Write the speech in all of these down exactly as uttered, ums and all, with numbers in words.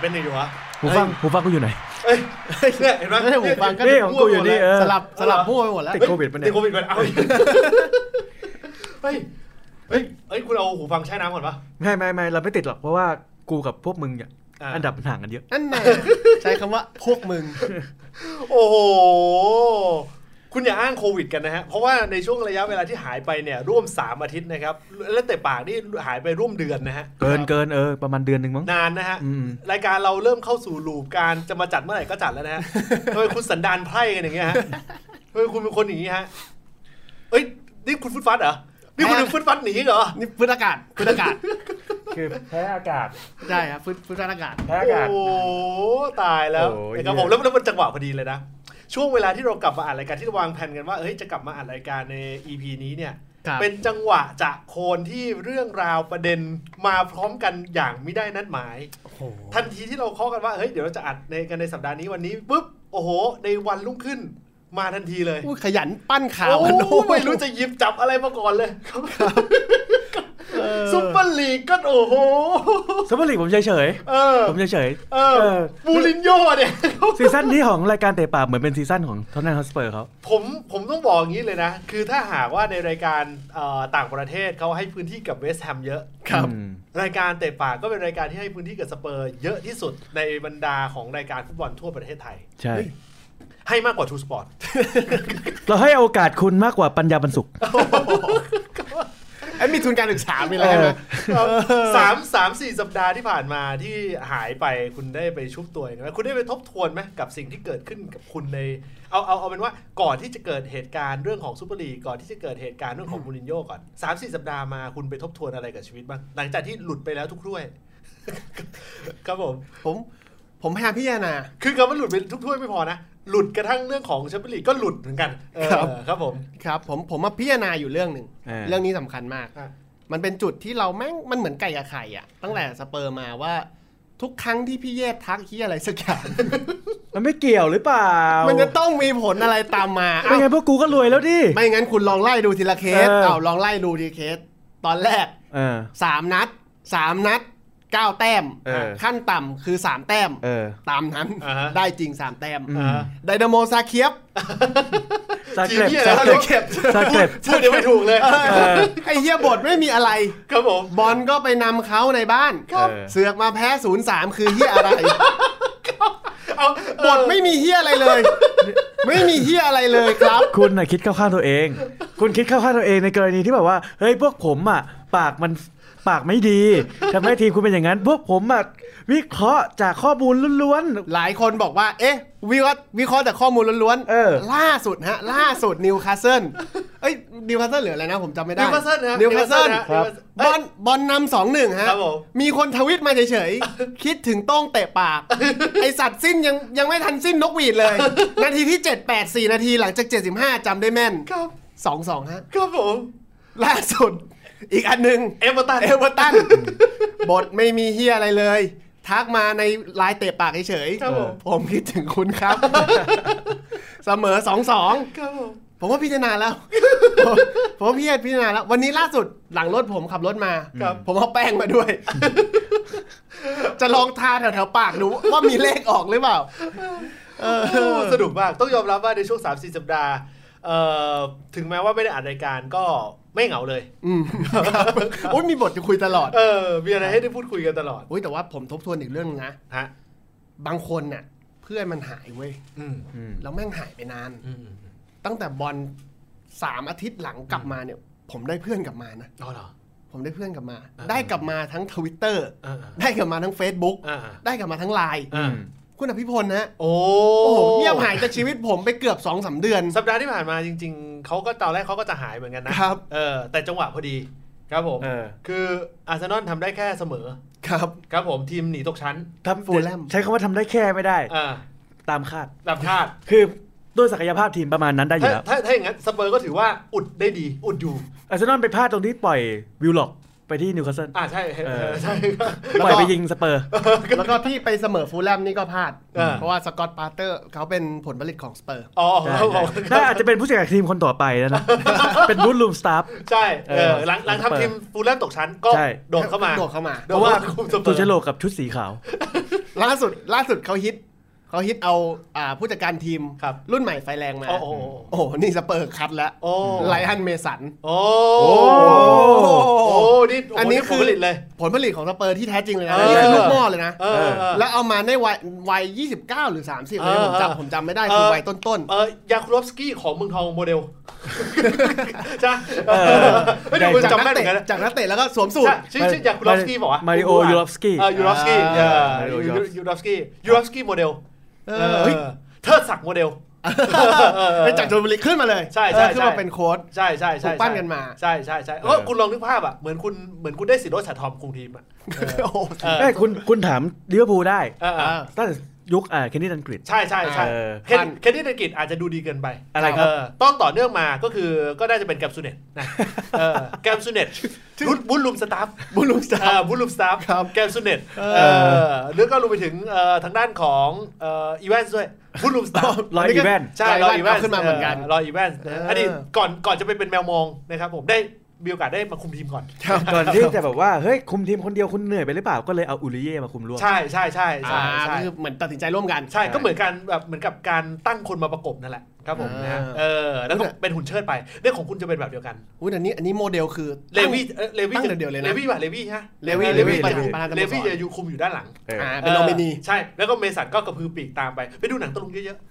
เป็นอยู่วะหูฟังหูฟังกูอยู่ไหนเอ้ยเนี่ยเห็นมั้ยไม่ใช่หูฟังก็นี่ของกูอยู่นี่เออสลับสลับมั่วไปหมดแล้วติดโควิดป่ะเนี่ยติดโควิดป่ะเอาเฮ้ยเฮ้ยเอ้ยคุณเอาหูฟังแช่น้ำก่อนป่ะไม่ๆๆเราไม่ติดหรอกเพราะว่ากูกับพวกมึงเนี่ยอันดับห่างกันเยอะนั่นแหละใช้คำว่าพวกมึงโอ้โหคุณอย่าอ้างโควิดกันนะฮะเพราะว่าในช่วงระยะเวลาที่หายไปเนี่ยร่วมสามอาทิตย์นะครับแล้วแต่ปากนี่หายไปร่วมเดือนนะฮะเกินเกินเออประมาณเดือนนึงมั้งนานนะฮะรายการเราเริ่มเข้าสู่ลูปการจะมาจัดเมื่อไหร่ก็จัดแล้วนะฮะทำไมคุณสันดานไพร่กันอย่างเงี้ยฮะทำไมคุณเป็นคนอย่างงี้ฮะเอ้ยนี่คุณฟุตฟัดเหรอนี่คุณฟุตฟัดหนีเหรอนี่ฟุตอากาศฟุตอากาศคือแพ้อากาศใช่ครับฟุตฟุตอากาศแพ้อากาศโอ้ตายแล้วนะครับผมแล้วแล้วมันจังหวะพอดีเลยนะช่วงเวลาที่เรากลับมาอ่านรายการที่วางแผนกันว่าเฮ้ยจะกลับมาอ่านรายการใน อี พี นี้เนี่ยเป็นจังหวะจากโคนที่เรื่องราวประเด็นมาพร้อมกันอย่างไม่ได้นัดหมายทันทีที่เราเคาะกันว่าเฮ้ยเดี๋ยวเราจะอัดในกันในสัปดาห์นี้วันนี้ปุ๊บโอ้โหในวันรุ่งขึ้นมาทันทีเลยขยันปั้นข่าวกันโอ้ไม่รู้จะหยิบจับอะไรมาก่อนเลยซุปเปอร์ลีกก็โอ้โหซุปเปอร์ลีกผมเฉยเฉยผมเฉยเฉยบูรินโญ่เนี่ยซีซั่นนี้ของรายการเตะปากเหมือนเป็นซีซั่นของท็อตแนมฮอตสเปอร์เขาผมผมต้องบอกอย่างนี้เลยนะคือถ้าหากว่าในรายการต่างประเทศเขาให้พื้นที่กับเวสต์แฮมเยอะครับรายการเตะปากก็เป็นรายการที่ให้พื้นที่กับสเปอร์เยอะที่สุดในบรรดาของรายการฟุตบอลทั่วประเทศไทยใช่ให้มากกว่า True Sport เราให้โอกาสคุณมากกว่าปัญญาบรรสุขไอ้มีทุนการศึกษามีอะไรไหมสามสามสี่สัปดาห์ที่ผ่านมาที่หายไปคุณได้ไปชุบตัวไหมคุณได้ไปทบทวนไหมกับสิ่งที่เกิดขึ้นกับคุณในเอาเอาเอาเป็นว่าก่อนที่จะเกิดเหตุการณ์เรื่องของซุปเปอร์ลีกก่อนที่จะเกิดเหตุการณ์เรื่องของมูรินโญ่ก่อน สามสี่ สัปดาห์มาคุณไปทบทวนอะไรกับชีวิตบ้างหลังจากที่หลุดไปแล้วทุกถ้วยครับผมผมผมพยายามพิจารณาคือคำว่าหลุดไปทุกถ้วยไม่พอนะหลุดกระทั่งเรื่องของแชมเปี้ยนลีกก็หลุดเหมือนกันครับครับผมครับผมผมมาพิจารณาอยู่เรื่องนึงเรื่องนี้สำคัญมากมันเป็นจุดที่เราแม่งมันเหมือนไก่กับไข่อ่ะตั้งแต่สเปอร์มาว่าทุกครั้งที่พี่เยศทักที่อะไรสักอย่างมันไม่เกี่ยวหรือเปล่ามันจะต้องมีผลอะไรตามมาไม่งั้นพวกกูก็รวยแล้วดิไม่งั้นคุณลองไล่ดูทีละเคสอ้าวลองไล่ดูทีละเคสตอนแรกสามนัดสามนัดเก้าแต้มขั้นต่ำคือสามแต้มตามนั้นได้จริงสามแต้มไดนาโมซาเคียบซาเก็บซาเก็บซาเก็บพูดยังไม่ถูกเลยไอ้เหี้ยบทไม่มีอะไรครับผมบอลก็ไปนำเขาในบ้านเสือกมาแพ้ ศูนย์สาม คือเหี้ยอะไรบทไม่มีเหี้ยอะไรเลยไม่มีเหี้ยอะไรเลยครับคุณน่ะคิดเข้าข้างตัวเองคุณคิดเข้าข้างตัวเองในกรณีที่แบบว่าเฮ้ยพวกผมอ่ะปากมันปากไม่ดีทำให้ทีมคุณเป็นอย่างนั้นพวกผมอ่ะวิเคราะห์จากข้อมูลล้วนๆหลายคนบอกว่าเอ๊ะวิเคราะห์วิเคราะห์จากข้อมูลล้วนๆล่าสุดฮะล่าสุดนิวคาสเซิลเอ้ยนิวคาสเซิลหรืออะไรนะผมจำไม่ได้นิวคาสเซิลนะนิวคาสเซิลบอลบอลนำ สองหนึ่ง ฮะมีคนทวิตมาเฉยๆคิดถึงโต้งเตะปากไอสัตว์สิ้นยังยังไม่ทันสิ้นนกหวีดเลยนาทีที่เจ็ด แปด สี่นาทีหลังจากเจ็ดสิบห้าจำได้แม่นครับสองสอง ฮะครับผมล่าสุดอีกอันนึงเอเวอร์ตันเอเวอร์ตันบทไม่มีเหี้ยอะไรเลยทักมาในไลน์เตะปากเฉยๆผมคิดถึงคุณครับเสมอ สองสองครับผมผมว่าพิจารณาแล้วผมว่าพี่พิจารณาแล้ววันนี้ล่าสุดหลังรถผมขับรถมาผมเอาแป้งมาด้วยจะลองทาแถวๆปากดูว่ามีเลขออกหรือเปล่าสนุกมากต้องยอมรับว่าในช่วง สามสี่ สัปดาห์ถึงแม้ว่าไม่ได้อ่านรายการก็ไม่เหงาเลยอืมโอ้ยมีบทจะคุยตลอดเออมีอะไรให้ได้พูดคุยกันตลอดโอ้ยแต่ว่าผมทบทวนอีกเรื่องนะฮะบางคนน่ะเพื่อนมันหายเว้ยแล้วแม่งหายไปนานตั้งแต่บอลสามอาทิตย์หลังกลับมาเนี่ยผมได้เพื่อนกลับมานะอ๋อเหรอผมได้เพื่อนกลับมาได้กลับมาทั้ง Twitter ได้กลับมาทั้ง Facebook ได้กลับมาทั้ง ไลน์ คุณอภิพลนะโอ้โหเงียบหายจากชีวิตผมไปเกือบ สองสาม เดือนสัปดาห์ที่ผ่านมาจริงๆเขาก็ตอนแรกเขาก็จะหายเหมือนกันนะครับเออแต่จังหวะพอดีครับผมคืออาร์เซนอลทำได้แค่เสมอครับครับผมทีมหนีตกชั้นทำฟูลแลมใช้คำว่าทำได้แค่ไม่ได้ตามคาดตามคาดคือด้วยศักยภาพทีมประมาณนั้นได้อยู่แล้วถ้าถ้าอย่างนั้นสเปอร์ก็ถือว่าอุดได้ดีอุดอยู่อาร์เซนอลไปพลาดตรงที่ปล่อยวิลล็อกไปที่นิวคาสเซิลอ่าใช่ใช่ปล่อยไปยิงสเปอร์แล้วก็ที่ไปเสมอฟูลแลมนี่ก็พลาดเพราะว่าสกอตต์ ปาร์เตอร์เขาเป็นผลผลิตของสเปอร์อ๋อน่าอาจจะเป็นผู้จัดการทีมคนต่อไปแล้วนะเป็นบูธรูมสตาฟใช่หลังหลังทำทีมฟูลแลมตกชั้นก็โดดเข้ามาโดดเข้ามาเพราะว่าตูเชโลกับชุดสีขาวล่าสุดล่าสุดเขาฮิตเขาฮิตเอาอ่าผู้จัดการทีมรุ่นใหม่ไฟแรงมาโอ้โหโอ้นี่สเปอร์คัดแล้วไลอันเมสันโอ้โหนี่อันนี้คือผลผลิตเลยผลผลิตของสเปอร์ที่แท้จริงเลยนะนี่คือลูกหม้อเลยนะแล้วเอามาในวัยวัยยี่สิบเก้าหรือสามสิบเลยผมจำผมจำไม่ได้คือวัยต้นๆเออยาคูลอฟสกี้ของเมืองทองโมเดลจ้ะไม่ได้จำได้เหมือนกันจากนักเตะแล้วก็สวมสูทชื่อชื่อยาคูลอฟสกี้บอกว่ามาริโอยูรอฟสกี้เออยูรอฟสกี้ยูรอฟสกี้ยูรอฟสกี้โมเดลเออเทิดศักดิ์โมเดลไปจากชลบุรีขึ้นมาเลยใช่ใช่ขึ้นมาเป็นโค้ชใช่ใช่ใช่ปั้นกันมาใช่ใช่ใช่เออคุณลองนึกภาพอ่ะเหมือนคุณเหมือนคุณได้สิโรจน์ ฉัตรทองคุมทีมอ่ะเอ้คุณคุณถามลิเวอร์พูลได้ตั้งแต่ยุคอ่าเคนนี่ดันกริดใช่ใช่ใช่เคนนี่ดันกริดอาจจะดูดีเกินไปอะไรครับต้องต่อเนื่องมาก็คือก็น่าจะเป็นแกมซูเน็ตนะแกมซูเน็ตบุญลุมสตาฟบุญลุมสตาฟบุญลุมสตาฟแกมซูเน็ตหรือก็รวมไปถึงทางด้านของอีเวนส์ด้วยบุญลุมสตาฟรออีเวนส์ใช่รออีเวนส์ขึ้นมาเหมือนกันรออีเวนส์อันนี้ก่อนก่อนจะไปเป็นแมวมองนะครับผมได้มีโอกาสได้มาคุมทีมก่อนก่อนที่จะแบบว่าเฮ้ยคุมทีมคนเดียวคุณเหนื่อยไปหรือเปล่าก็เลยเอาอุริเย่มาคุมร่วมใช่ใช่ใช่ใช่ใช่คือเหมือนตัดสินใจร่วมกันใช่ก็เหมือนกันแบบเหมือนกับการตั้งคนมาประกบนั่นแหละครับผมนะเออแล้วก็เป็นหุ่นเชิดไปเรื่องของคุณจะเป็นแบบเดียวกันอุ้ยอันนี้อันนี้โมเดลคือเลวี่เลวี่เดียวเลยนะเลวี่ป่ะเลวี่ฮะเลวี่เลวี่เลวี่จะอยู่คุมอยู่ด้านหลังอ่าเป็นโนมินีใช่แล้วก็เมสันก็กระพือปีกตามไปไปดูหนังตะลุงเยอะ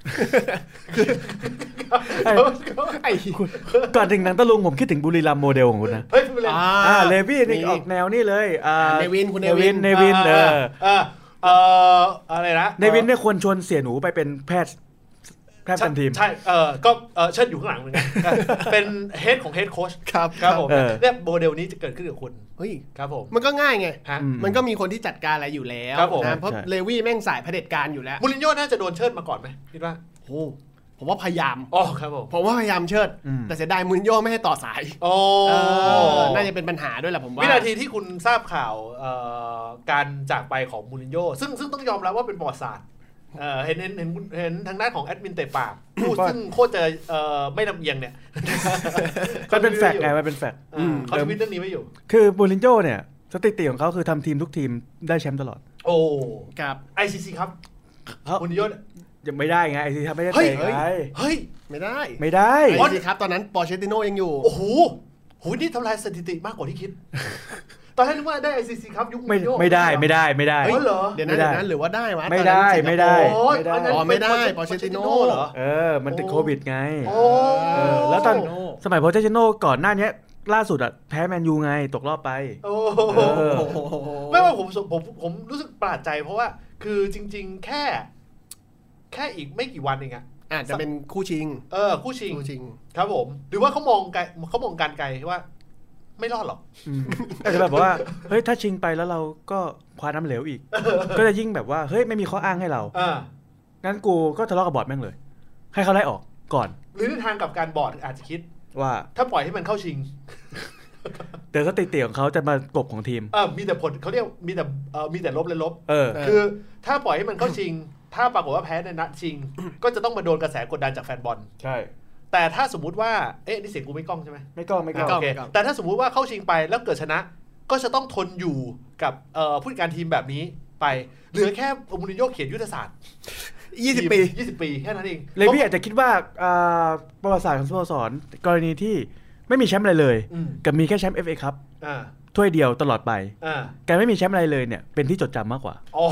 ๆก่อนถึงหนังตะลุงผมคิดถึงบุรีรัมย์โมเดลของคุณนะเฮ้ยอ่าเลวี่นี่ออกแนวนี่เลยอ่าเนวินคุณเนวินเนวินเออเออเอออะไรนะเนวินเนี่ยควรชวนเสี่ยหนูไปเป็นแพทย์แพทย์ประจำทีมใช่เออก็เออเชิดอยู่ข้างหลังเหมือนกันเป็นเฮดของเฮดโค้ชครับครับผมเนี่ยโมเดลนี้จะเกิดขึ้นกับคุณเฮ้ยครับผมมันก็ง่ายไงมันก็มีคนที่จัดการอะไรอยู่แล้วนะเพราะเลวี่แม่งสายเผด็จการอยู่แล้วมูรินโญ่น่าจะโดนเชิดมาก่อนไหมคิดว่าโอ้ผมว่าพยายามอ๋อครับผมผมว่าพยายามเชิดแต่เสียดายมูรินโญ่ไม่ให้ต่อสายโอ้น่าจะเป็นปัญหาด้วยแหละผมว่าวินาทีที่คุณทราบข่าวการจากไปของมูรินโญ่ซึ่งซึ่งต้องยอมรับว่าเป็นประวัติศาสตร์เห็นเห็นเห็นเห็นทางด้านของแอดมินเตะปากพูดซึ่งโคตรจะไม่ลำเอียงเนี่ยมันเป็นแฟกต์ไงมันเป็นแฟกต์เขาทวิตเรื่องนี้ไว้อยู่คือมูรินโญ่เนี่ยสถิติของเขาคือทำทีมทุกทีมได้แชมป์ตลอดโอ้ครับไอ ซี ซี ครับมูรินโญ่ยังไม่ได้ไงไอซีทำไม่ได้เตะไงเฮ้ยไม่ได้ไม่ได้ไอซีครับตอนนั้นปอร์เชติโน่ยังอยู่โอ้โหโหนี่ทำลายสถิติมากกว่าที่คิดตอนแรกนึกว่าได้ ไอ ซี ซี ครับยุคไม่ไม่ได้ไม่ได้ไม่ได้เหรอเดี๋ยวนั้นหรือว่าได้วะไม่ได้ไม่ได้อ๋อไม่ได้ปอร์เชติโน่เหรอเออมันติดโควิดไงแล้วตอนสมัยปอร์เชติโน่ก่อนหน้านี้ล่าสุดอ่ะแพ้แมนยูไงตกรอบไปไม่ว่าผมผมผมรู้สึกประหลาดใจเพราะว่าคือจริงๆแค่แค่อีกไม่กี่วันเองอะอาจจะเป็นคู่ชิงเออคู่ชิงคู่ชิงครับผมหรือว่าเขามองไกลเขามองการไกลว่าไม่รอดหรอกอาจจะแบบว่าเฮ้ยถ้าชิงไปแล้วเราก็คว้าน้ำเหลวอีกก็จะยิ่งแบบว่าเฮ้ยไม่มีข้ออ้างให้เรางั้นกูก็ทะเลาะกับบอร์ดแม่งเลยให้เขาไล่ออกก่อนหรือในทางกับการบอร์ดอาจจะคิดว่าถ้าปล่อยให้มันเข้าชิงแต่สถิติของเขาจะมากบของทีมเออมีแต่ผลเขาเรียกมีแต่เออมีแต่ลบและลบเออคือถ้าปล่อยให้มันเข้าชิงถ้าปรากฏว่าแพ้ในนัดชิงก็จะต้องมาโดนกระแสกดดันจากแฟนบอลใช่แต่ถ้าสมมุติว่าเอ๊ะนี่เสียงกูไม่กล้องใช่ไหมไม่กล้องไม่กล้องโอเคแต่ถ้าสมมุติว่าเข้าชิงไปแล้วเกิดชนะก็จะต้องทนอยู่กับผู้จัดการทีมแบบนี้ไปเหลือแค่มูรินโญ่เขียนยุทธศาสตร์ยี่สิบปียี่สิบปีแค่นั้นเองเลยพี่อาจจะคิดว่าประวัติศาสตร์ของสโมสรกรณีที่ไม่มีแชมป์อะไรเลยกับมีแค่แชมป์ เอฟ เอ ครับถ้วยเดียวตลอดไปการไม่มีแชมป์อะไรเลยเนี่ยเป็นที่จดจำมากกว่าอ๋อ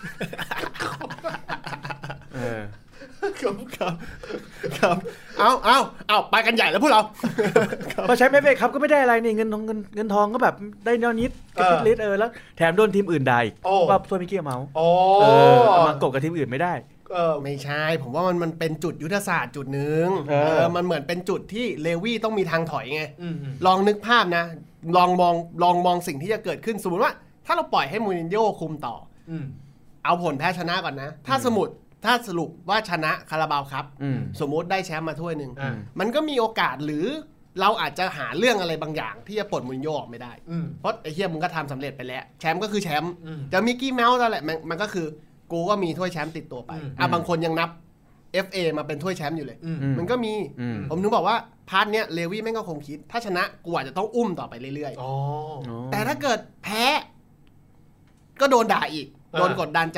ครับครับครับเอาเอาเอาไปกันใหญ่แล้วพวกเราพอใช้เอฟ เอ ครับก็ไม่ได้อะไรนี่เงินทองเงินเงินทองก็แบบได้น้อยนิดกระติดลิตรเออแล้วแถมโดนทีมอื่นได้ว่าถ้วยมิกกี้เมาส์เออเอามากบกับทีมอื่นไม่ได้เออไม่ใช่ผมว่ามันมันเป็นจุดยุทธศาสตร์จุดนึงเออมันเหมือนเป็นจุดที่เลวี่ต้องมีทางถอยไงลองนึกภาพนะลองมองลองมองสิ่งที่จะเกิดขึ้นสมมติว่าถ้าเราปล่อยให้มูรินโญ่คุมต่อเอาผลแพ้ชนะก่อนนะถ้าสมมติถ้าสรุปว่าชนะคาราบาวครับสมมติได้แชมป์มาถ้วยนึงมันก็มีโอกาสหรือเราอาจจะหาเรื่องอะไรบางอย่างที่จะปลดมูรินโญ่ออกไม่ได้เพราะไอ้เหี้ยมึงก็ทำสำเร็จไปแล้วแชมป์ก็คือแชมป์จะมิกกี้เมาส์นั่นแหละมันก็คือกูก็มีถ้วยแชมป์ติดตัวไปอ่ะบางคนยังนับ เอฟ เอ มาเป็นถ้วยแชมป์อยู่เลยมันก็มีผมนึกบอกว่าพาร์ทเนี้ยเลวี่แม่งก็คงคิดถ้าชนะกูอาจจะต้องอุ้มต่อไปเรื่อยๆแต่ถ้าเกิดแพ้ก็โดนด่าอีกโดนกดดันจาก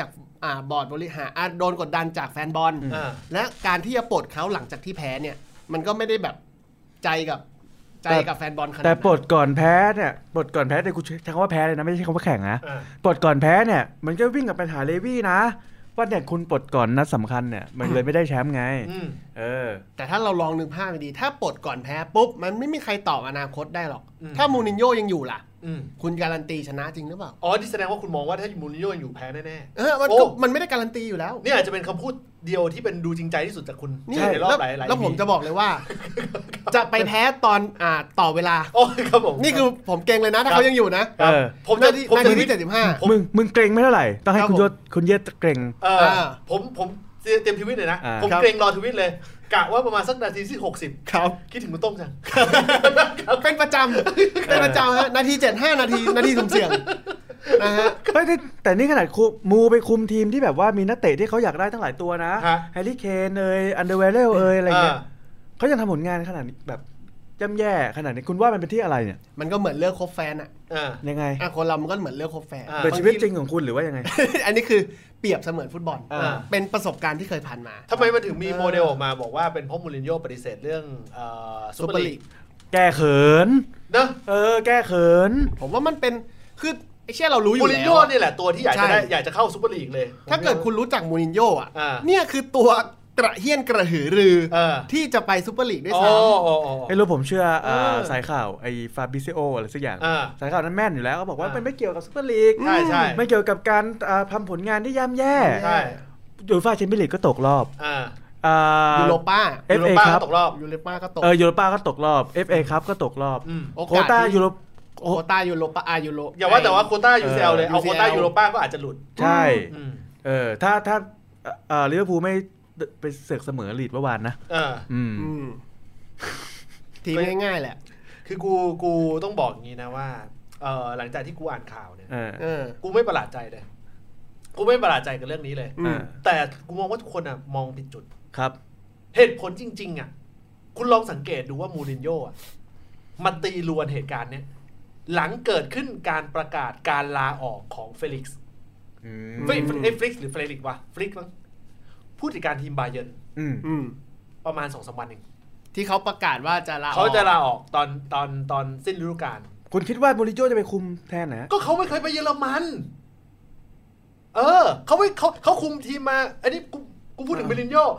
อ่าบอร์ดบริหารอ่าโดนกดดันจากแฟนบอลและการที่จะปลดเขาหลังจากที่แพ้เนี่ยมันก็ไม่ได้แบบใจกับใจกับแฟนบอลขนาดนั้นแต่ปลดก่อนแพ้เนี่ยปลดก่อนแพ้แต่กูใช้คำว่าแพ้เลยนะไม่ใช่คำว่าแข่งนะปลดก่อนแพ้เนี่ยมันก็วิ่งกับปัญหาเลวี่นะว่าเนี่ยคุณปลดก่อนนัดสำคัญเนี่ยมันเลยไม่ได้แชมป์ไงเออแต่ถ้าเราลองนึกภาพดีถ้าปลดก่อนแพ้ปุ๊บมันไม่มีใครต่ออนาคตได้หรอกถ้ามูรินโญ่ยังอยู่ล่ะคุณการันตีชนะจริงหรือเปล่าอ๋อที่แสดงว่าคุณมองว่าถ้ามูรินโญ่ยังอยู่แพ้แน่ๆเออมันมันไม่ได้การันตีอยู่แล้วนี่อาจจะเป็นคำพูดเดียวที่เป็นดูจริงใจที่สุดจากคุณในรอบหลายๆแล้วผมจะบอกเลยว่าจะไปแพ้ตอนอ่าต่อเวลาโอ้ครับผมนี่คือผมเกรงเลยนะถ้าเขายังอยู่นะผมจะผมจะที่เจ็ดสิบห้ามึงมึงเกรงไม่เท่าไหร่ต้องให้คุณยศคุณเยศเกรงเออผมผมเตรียมทวิตเลยนะผมเกรงรอทวิตเลยกะว่าประมาณสักนาทีที่หกสิบครับคิดถึงคุณต้มจังเป็นประจำเป็นประจำฮะนาทีเจ็ดห้านาทีนาทีสุ่มเสี่ยงนะฮะแต่นี่ขนาดมูไปคุมทีมที่แบบว่ามีนักเตะที่เขาอยากได้ทั้งหลายตัวนะแฮร์รี่เคนเอ่ยอันเดอร์เวเลลเอ่ยอะไรเงี้ยเขายังทำผลงานขนาดนี้แบบย่ำแย่ขนาดนี้คุณว่ามันเป็นที่อะไรเนี่ยมันก็เหมือนเลือกคบแฟนอะยังไงอ่ะคนเรามันก็เหมือนเลือกคบแฟนเป็นชีวิตจริงของคุณหรือว่ายังไงอันนี้คือเปรียบเสมือนฟุตบอลเป็นประสบการณ์ที่เคยผ่านมาทำไมมันถึงมีโมเดลออกมาบอกว่าเป็นเพราะมูรินโญ่ปฏิเสธเรื่องซูเปอร์ลีกแก้เขินนะเออแก้เขินผมว่ามันเป็นคือไอ้เชี่ยเรารู้อยู่แล้วมูรินโญ่นี่แหละตัวที่อยากจะได้อยากจะเข้าซูเปอร์ลีกเลยถ้าเกิดคุณรู้จักมูรินโญ่อะเนี่ยคือตัวกระเฮี้ยนกระหือรือที่จะไปซุปเปอร์ลีกด้วยซ้ำไอ้รู้ผมเชื่อสายข่าวไอ้ฟาบิซิโออะไรสักอย่างสายข่าวนั้นแม่นอยู่แล้วเขาบอกว่ามันไม่เกี่ยวกับซุปเปอร์ลีกใช่ใช่ไม่เกี่ยวกับการทำผลงานที่ย่ำแย่ใช่ยูฟ่าแชมเปี้ยนลีกก็ตกรอบยูโรป้าเอฟ เอ ครับตกรอบยูโรป้าก็ตกเออยูโรป้าก็ตกรอบ เอฟ เอ ครับก็ตกรอบโควต้ายูโรโควต้ายูโรป้าอายูโรอย่าว่าแต่ว่าโควต้า ยู ซี แอล เลยเอาโควต้ายูโรป้าก็อาจจะหลุดใช่เออถ้าถ้าลิเวอร์พูลไม่ไปเสือกเสมอลีดเมื่อวานนะอ่าอืมทีมง่ายๆแหละคือกูกูต้องบอกอย่างนี้นะว่าเออหลังจากที่กูอ่านข่าวเนี่ยกูไม่ประหลาดใจเลยกูไม่ประหลาดใจกับเรื่องนี้เลยแต่กูมองว่าทุกคนอ่ะมองผิดจุดครับเหตุผลจริงๆอ่ะคุณลองสังเกตดูว่ามูรินโญ่อ่ะมาตีลวนเหตุการณ์เนี้ยหลังเกิดขึ้นการประกาศการลาออกของเฟลิกซ์เฮ้ยไอ้ฟลิกซ์หรือเฟลิกซ์วะฟลิกซ์มั้งผู้จัดการทีมบาเยิร์นประมาณ สองสาม วันเองที่เขาประกาศว่าจะลาออกเขาจะลาออกตอนตอนตอนสิ้นฤดูกาลคุณคิดว่ามูรินโญ่จะไปคุมแทนนะก็เขาไม่เคยไปเยอรมันเออเขาไม่เขาเขาคุมทีมมาอันนี้กูกูพูดถึงมูรินโญ่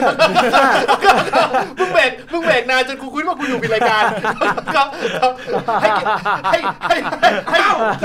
มึงเบรกมึงเบรกนานจนกูคิดว่ากูอยู่ผิดรายการให้ให้ให้ให้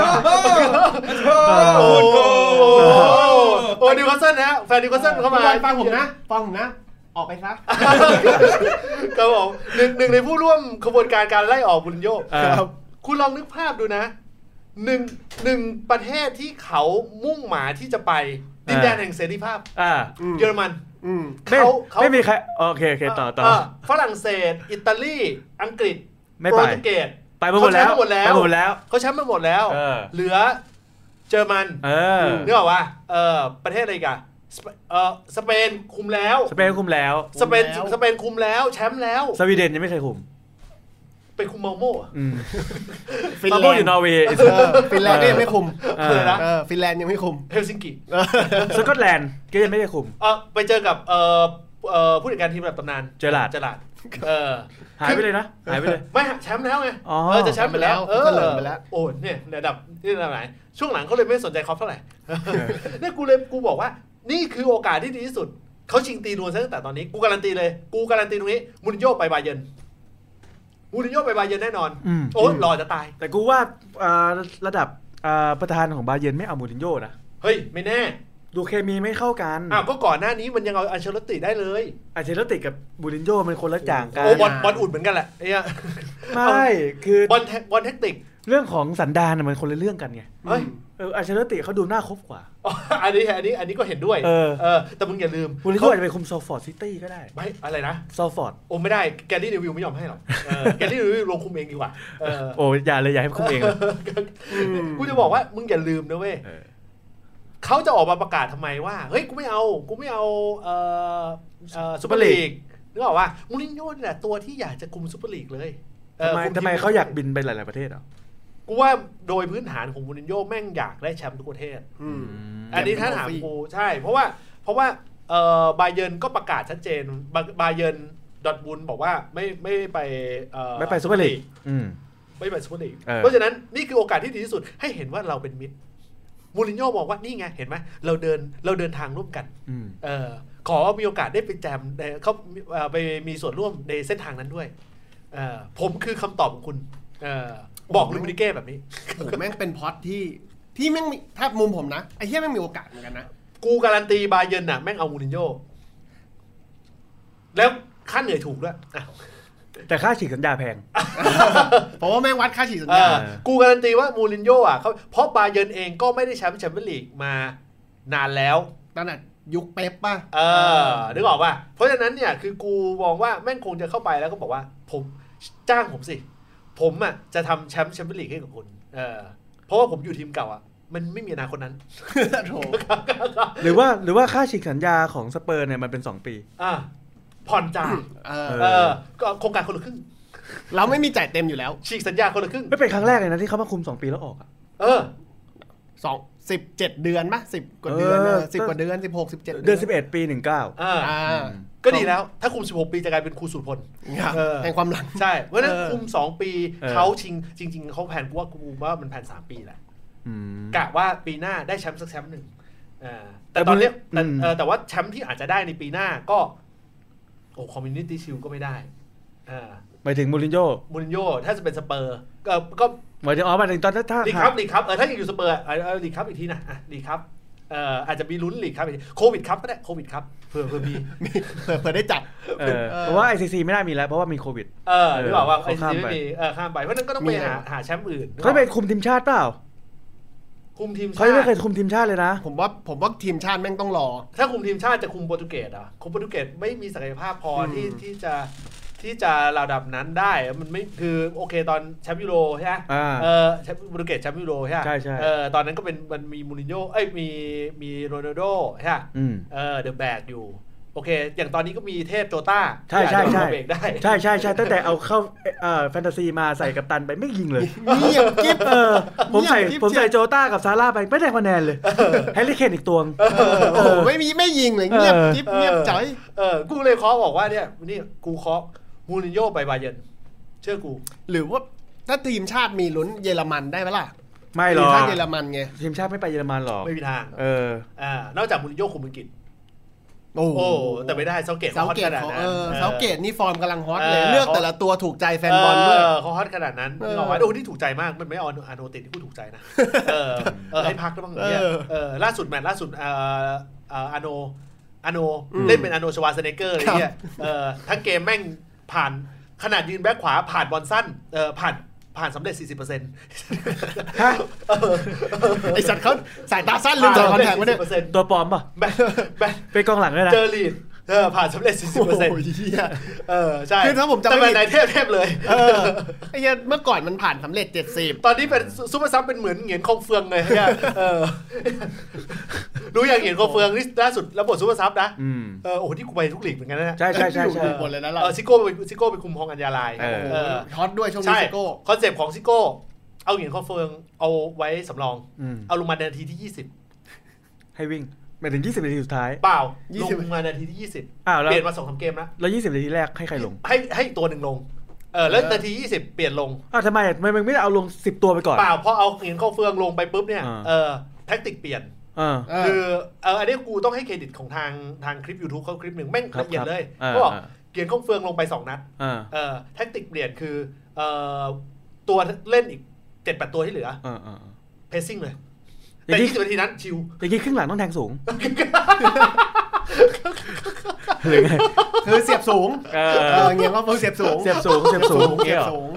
โอ้โหโอ้นิวคาสเซิลนะแฟนนิวคาสเซิลเข้ามาฟังผมนะฟังผมนะออกไปซะครับผมหนึ่งหนึ่งในผู้ร่วมขบวนการการไล่ออกมูรินโญ่คุณลองนึกภาพดูนะหนึ่งหนึ่งประเทศที่เขามุ่งหมายที่จะไปดินแดนแห่งเสรีภาพเยอรมันเขาไม่มีใครโอเคโอเคต่อต่อฝรั่งเศสอิตาลีอังกฤษโปรตุเกสไปหมดแล้วไปหมดแล้วเขาแชมป์ไปหมดแล้วเหลือเยอรมันนึกออกว่าประเทศอะไรกันสเปนคุมแล้วสเปนคุมแล้วสเปนสเปนคุมแล้วแชมป์แล้วสวีเดนยังไม่เคยคุมไปคุมมาโม่ฟินแลนด์อยู่นอร์เวย์ฟินแลนด์ก็ยังไม่คุมฟินแลนด์ยังไม่คุมเฮลซิงกิสกอตแลนด์ก็ยังไม่ได้คุมไปเจอกับผู้จัดการทีมระดับตำนานเจอร์ราร์ดเจอร์ราร์ดหายไปเลยนะหายไปเลยไม่แชมป์แล้วไงจะแชมป์ไปแล้วเออโอ้เนี่ยระดับที่ระดับไหนช่วงหลังเขาเลยไม่สนใจเขาเท่าไหร่เนี่ยกูเลยกูบอกว่านี่คือโอกาสที่ดีที่สุดเขาชิงตีนวลซะตั้งแต่ตอนนี้กูการันตีเลยกูการันตีตรงนี้มูรินโญ่ไปบาเยิร์นมูรินโญ่ไปบาเยิร์นแน่นอนโอ้รอจะตายแต่กูว่าระดับประธานของบาเยิร์นไม่เอามูรินโญ่นะเฮ้ยไม่แน่ดูเคมีไม่เข้ากันอ้าวก็ก่อนหน้านี้มันยังเอาอัลเชลติได้เลยอัลเชลติกับมูรินโญ่มันคนละอย่างกันโอ้บอลบอลอุ่นเหมือนกันแหละไอ้เนี่ยไม่คือบอลบอลเทคนิคเรื่องของสันดานมันคนละเรื่องกันไงเฮ้ยเอออัลเชลติเขาดูน่าคบกว่าอันนี้อันนี้อันนี้ก็เห็นด้วยเออเออแต่มึงอย่าลืมมูรินโญ่อาจจะไปคุมซอลฟอร์ดซิตี้ก็ได้ไม่อะไรนะซอลฟอร์ดโอ้ไม่ได้แกลลี่เดวิลไม่ยอมให้หรอกแกลลี่เดวิลลงคุมเองดีกว่าโอ้อย่าเลยอย่าให้คุมเองกูจะบอกว่ามึงอย่าลืมนะเว้ยเขาจะออกมาประกาศทำไมว่าเฮ้ยกูไม่เอากูไม่เอาเอ่อเอ่อซุปเปอร์ลีกนึกออกว่ามูรินโญ่นี่แหละตัวที่อยากจะคุมซุปเปอร์ลีกเลยทำไมทำไมเขาอยากบินไปหลายๆประเทศอ่ะกูว่าโดยพื้นฐานของมูรินโญ่แม่งอยากได้แชมป์ทุกประเทศอันนี้ถ้าถามกูใช่เพราะว่าเพราะว่าเอ่อบาเยิร์นก็ประกาศชัดเจนบาเยิร์นดอร์ทมุนด์บอกว่าไม่ไม่ไปเอ่อไม่ไปซุปเปอร์ลีกไม่ไปซุปเปอร์ลีกเพราะฉะนั้นนี่คือโอกาสที่ดีที่สุดให้เห็นว่าเราเป็นมิตรมูรินโญ่บอกว่านี่ไงเห็นไหมเราเดินเราเดินทางร่วมกันเออขอมีโอกาสได้ไปแจมเขาไปมีส่วนร่วมในเส้นทางนั้นด้วยเออผมคือคำตอบของคุณเออบอกลูมินิเก้แบบนี้ผมแม่งเป็นพอดที่ที่แม่งถ้ามุมผมนะไอ้เหี้ยแม่งมีโอกาสเหมือนกันนะกูการันตีบาเยิร์นน่ะแม่งเอามูรินโญ่แล้วค่าเหนื่อยถูกด้วยแต่ค่าฉีกสัญญาแพงเพราะว่าแม่งวัดค่าฉีกสัญญากูการันตีว่ามูรินโญ่อ่ะเขาเพราะบาเยิร์นเองก็ไม่ได้แชมป์แชมเปี้ยนลีกมานานแล้วตั้งแต่ยุคเป๊ปป่ะเออนึกออกป่ะเพราะฉะนั้นเนี่ยคือกูมองว่าแม่งคงจะเข้าไปแล้วก็บอกว่าผมจ้างผมสิผมอ่ะจะทำแชมป์แชมเปี้ยนลีกให้กับคุณเออเพราะว่าผมอยู่ทีมเก่าอ่ะมันไม่มีอนาคตนั้นหรือว่าหรือว่าค่าฉีกสัญญาของสเปอร์เนี่ยมันเป็นสองปีอ่าผ่อนจ่ายเออก็โครงการคนละครึ่งเราไม่มีจ่ายเต็มอยู่แล้วฉีกสัญญาคนละครึ่งไม่เป็นครั้งแรกเลยนะที่เขามาคุมสองปีแล้วออกอ่ะเออสองสิบเจ็ดเดือนป่ะสิบกว่าเดือนสิบกว่าเดือนสิบหก สิบเจ็ดเดือนสิบเอ็ดปีหนึ่งเก้าอ่าก็ดีแล้วถ้าคุมสิบหกปีจะกลายเป็นครูสุรพลแห่งความหลังใช่เพราะฉะนั้นคุมสองปีเขาชิงจริงๆเขาแผนกูว่ากูว่ามันแผนสามปีแหละกะว่าปีหน้าได้แชมป์สักแชมป์หนึ่งแต่ตอนนี้แต่ว่าแชมป์ที่อาจจะได้ในปีหน้าก็โอ้คอมมิวนิตี้ชิลก็ไม่ได้หมายถึงมูรินโญ่มูรินโญ่ถ้าจะเป็นสเปอร์ก็ก็หมายถึงอ๋อหมายถึงตอนถ้าลีกครับลีกครับเออถ้ายังอยู่สเปอร์เออลีกครับอีกทีนะอ่ะลีกครับเอ่ออาจจะมีลุ้นลีกครับอีกทีโควิดครับก็ได้โควิดครับเผื่อเผื่อมีเผื่อเผื่อได้จัดเพราะว่า ไอ ซี ซี ไม่ได้มีแล้วเพราะว่ามีโควิดเออหรือเปล่าว่า ไอ ซี ซี ไม่มีเออข้ามไปเพราะนั้นก็ต้องไปหาหาแชมป์อื่นเขาไปคุมทีมชาติเปล่าคุมทีมชาติเขาไม่เคยคุมทีมชาติเลยนะผมว่าผมว่าทีมชาติแม่งต้องรอถ้าคุมทีมชาติจะคุมโปรตุเกสอ่ะคุมโปรตุเกสไม่มีศักยภาพพอที่ที่จะที่จะระดับนั้นได้มันไม่คือโอเคตอนแชมป์ยูโรใช่ไหมเออแชมป์โปรตุเกสแชมป์ยูโรใช่ไหมใช่ใช่เออตอนนั้นก็เป็นมันมีมูรินโญ่เอ้ยมีมีโรนัลโดใช่ไหมเออเดอะแบกอยู่โอเคอย่างตอนนี้ก็มีเทพโจต้าใช่ใช่ใช่ได้ใช่ใช่ใช่ตั้งแต่เอาเข้าเอ่อแฟนตาซีมาใส่กัปตันไปไม่ยิงเลยเงียบกิ๊บเออผมใส่ผมใส่โจต้ากับซาร่าไปไม่ได้คะแนนเลยแฮร์รี่เคนอีกตัวโอ้ไม่มีไม่ยิงเลยเงียบกิ๊บเงียบจ๋อยเออกูเลยเคาะบอกว่าเนี่ยนี่กูเคาะมูรินโญ่ไปบาเยิร์นเชื่อกูหรือว่าถ้าทีมชาติมีลุ้นเยอรมันได้ไหมล่ะไม่หรอกทีมชาติเยอรมันไงทีมชาติไม่ไปเยอรมันหรอกไม่มีทางเอออ่านอกจากมูรินโญ่คุมอังกฤษโอ้แต่ไม่ได้เซาเกตเขาฮอตขนาดนั้นเซาเกตนี่ฟอร์มกำลังฮอตเลยเลือกแต่ละตัวถูกใจแฟนบอลด้วยเขาฮอตขนาดนั้นเอาไว้โอ้ที่ถูกใจมากมันไม่เอาอาโนติที่กูถูกใจนะเออเออให้พักแล้วบ้างเนี่ยเออล่าสุดแมตช์ล่าสุดเอ่ออาโนอาโนเล่นเป็นอาโนชวาสเนเกอร์อะไรเงี้ยเออทั้งเกมแม่งผ่านขนาดยืนแบ็คขวาผ่านบอลสั้นเออผ่านผ่านสำเร็จ สี่สิบเปอร์เซ็นต์ฮะไอสัตว์เขาสายตาสั้นลืมจอคอนแทคไว้เนี่ยตัวปลอมป่ะแบ็คแบ็คเป็นกองหลังเลยนะเจอลีดเออผ่านสำเร็จ สี่สิบเปอร์เซ็นต์ เออใช่คือถ้าผมจำไม่ผิดแต่เทพเทพเลยเออไอ้เหี้ยเมื่อก่อนมันผ่านสำเร็จเจ็ดสิบตอนนี้เป็นซุปเปอร์ซับเป็นเหมือนเหงียนคงเฟืองเลยเนี่ยเออรู้อย่างเหงียนคงเฟืองนี่ล่าสุดแล้วบทซุปเปอร์ซับนะเออโอ้โหที่กูไปทุกลีกเหมือนกันนะใช่ใช่ใช่ใช่หมดเลยนะเราเออซิโก้ไปซิโก้ไปคุมฮองอัญญาลายเออฮอตด้วยช่วงนี้ซิโก้คอนเซปต์ของซิโก้เอาเหงียนคงเฟืองเอาไว้สำรองเอาลงมาในนาทีที่ยี่สิบให้วิ่งไปถึงยี่สิบนาทีสุดท้ายเปล่าลงมานาทีที่ยี่สิบอ้าวเปลี่ยนมา สองสาม เกมนะแล้วยี่สิบนาทีแรกให้ใครลงให้ให้ตัวนึงลงเออแล้วนาทียี่สิบเปลี่ยนลงอ้าวทำไมทำไมมึงไม่ได้เอาลงสิบตัวไปก่อนเปล่าเพราะเอาเหงียนคงเฟืองลงไปปุ๊บเนี่ยเออแท็กติกเปลี่ยนคือเอออันนี้กูต้องให้เครดิตของทางทางคลิป YouTube เขาคลิปหนึ่งแม่งละเอียดเลยเขาบอกเหงียนคงเฟืองลงไปสองนัดเออแท็กติกเปลี่ยนคือเออตัวเล่นอีกเจ็ดแปดตัวที่เหลือเพสซิ่งเลยแต่ยี่สิบนาทีนั้นชิวแต่ยี่ครึ่งหลังต้องแทงสูงหรือไงคือเสียบสูงเออเงี้ยก็เสียบสูงเสียบสูงเสียบสูงเสียบสูง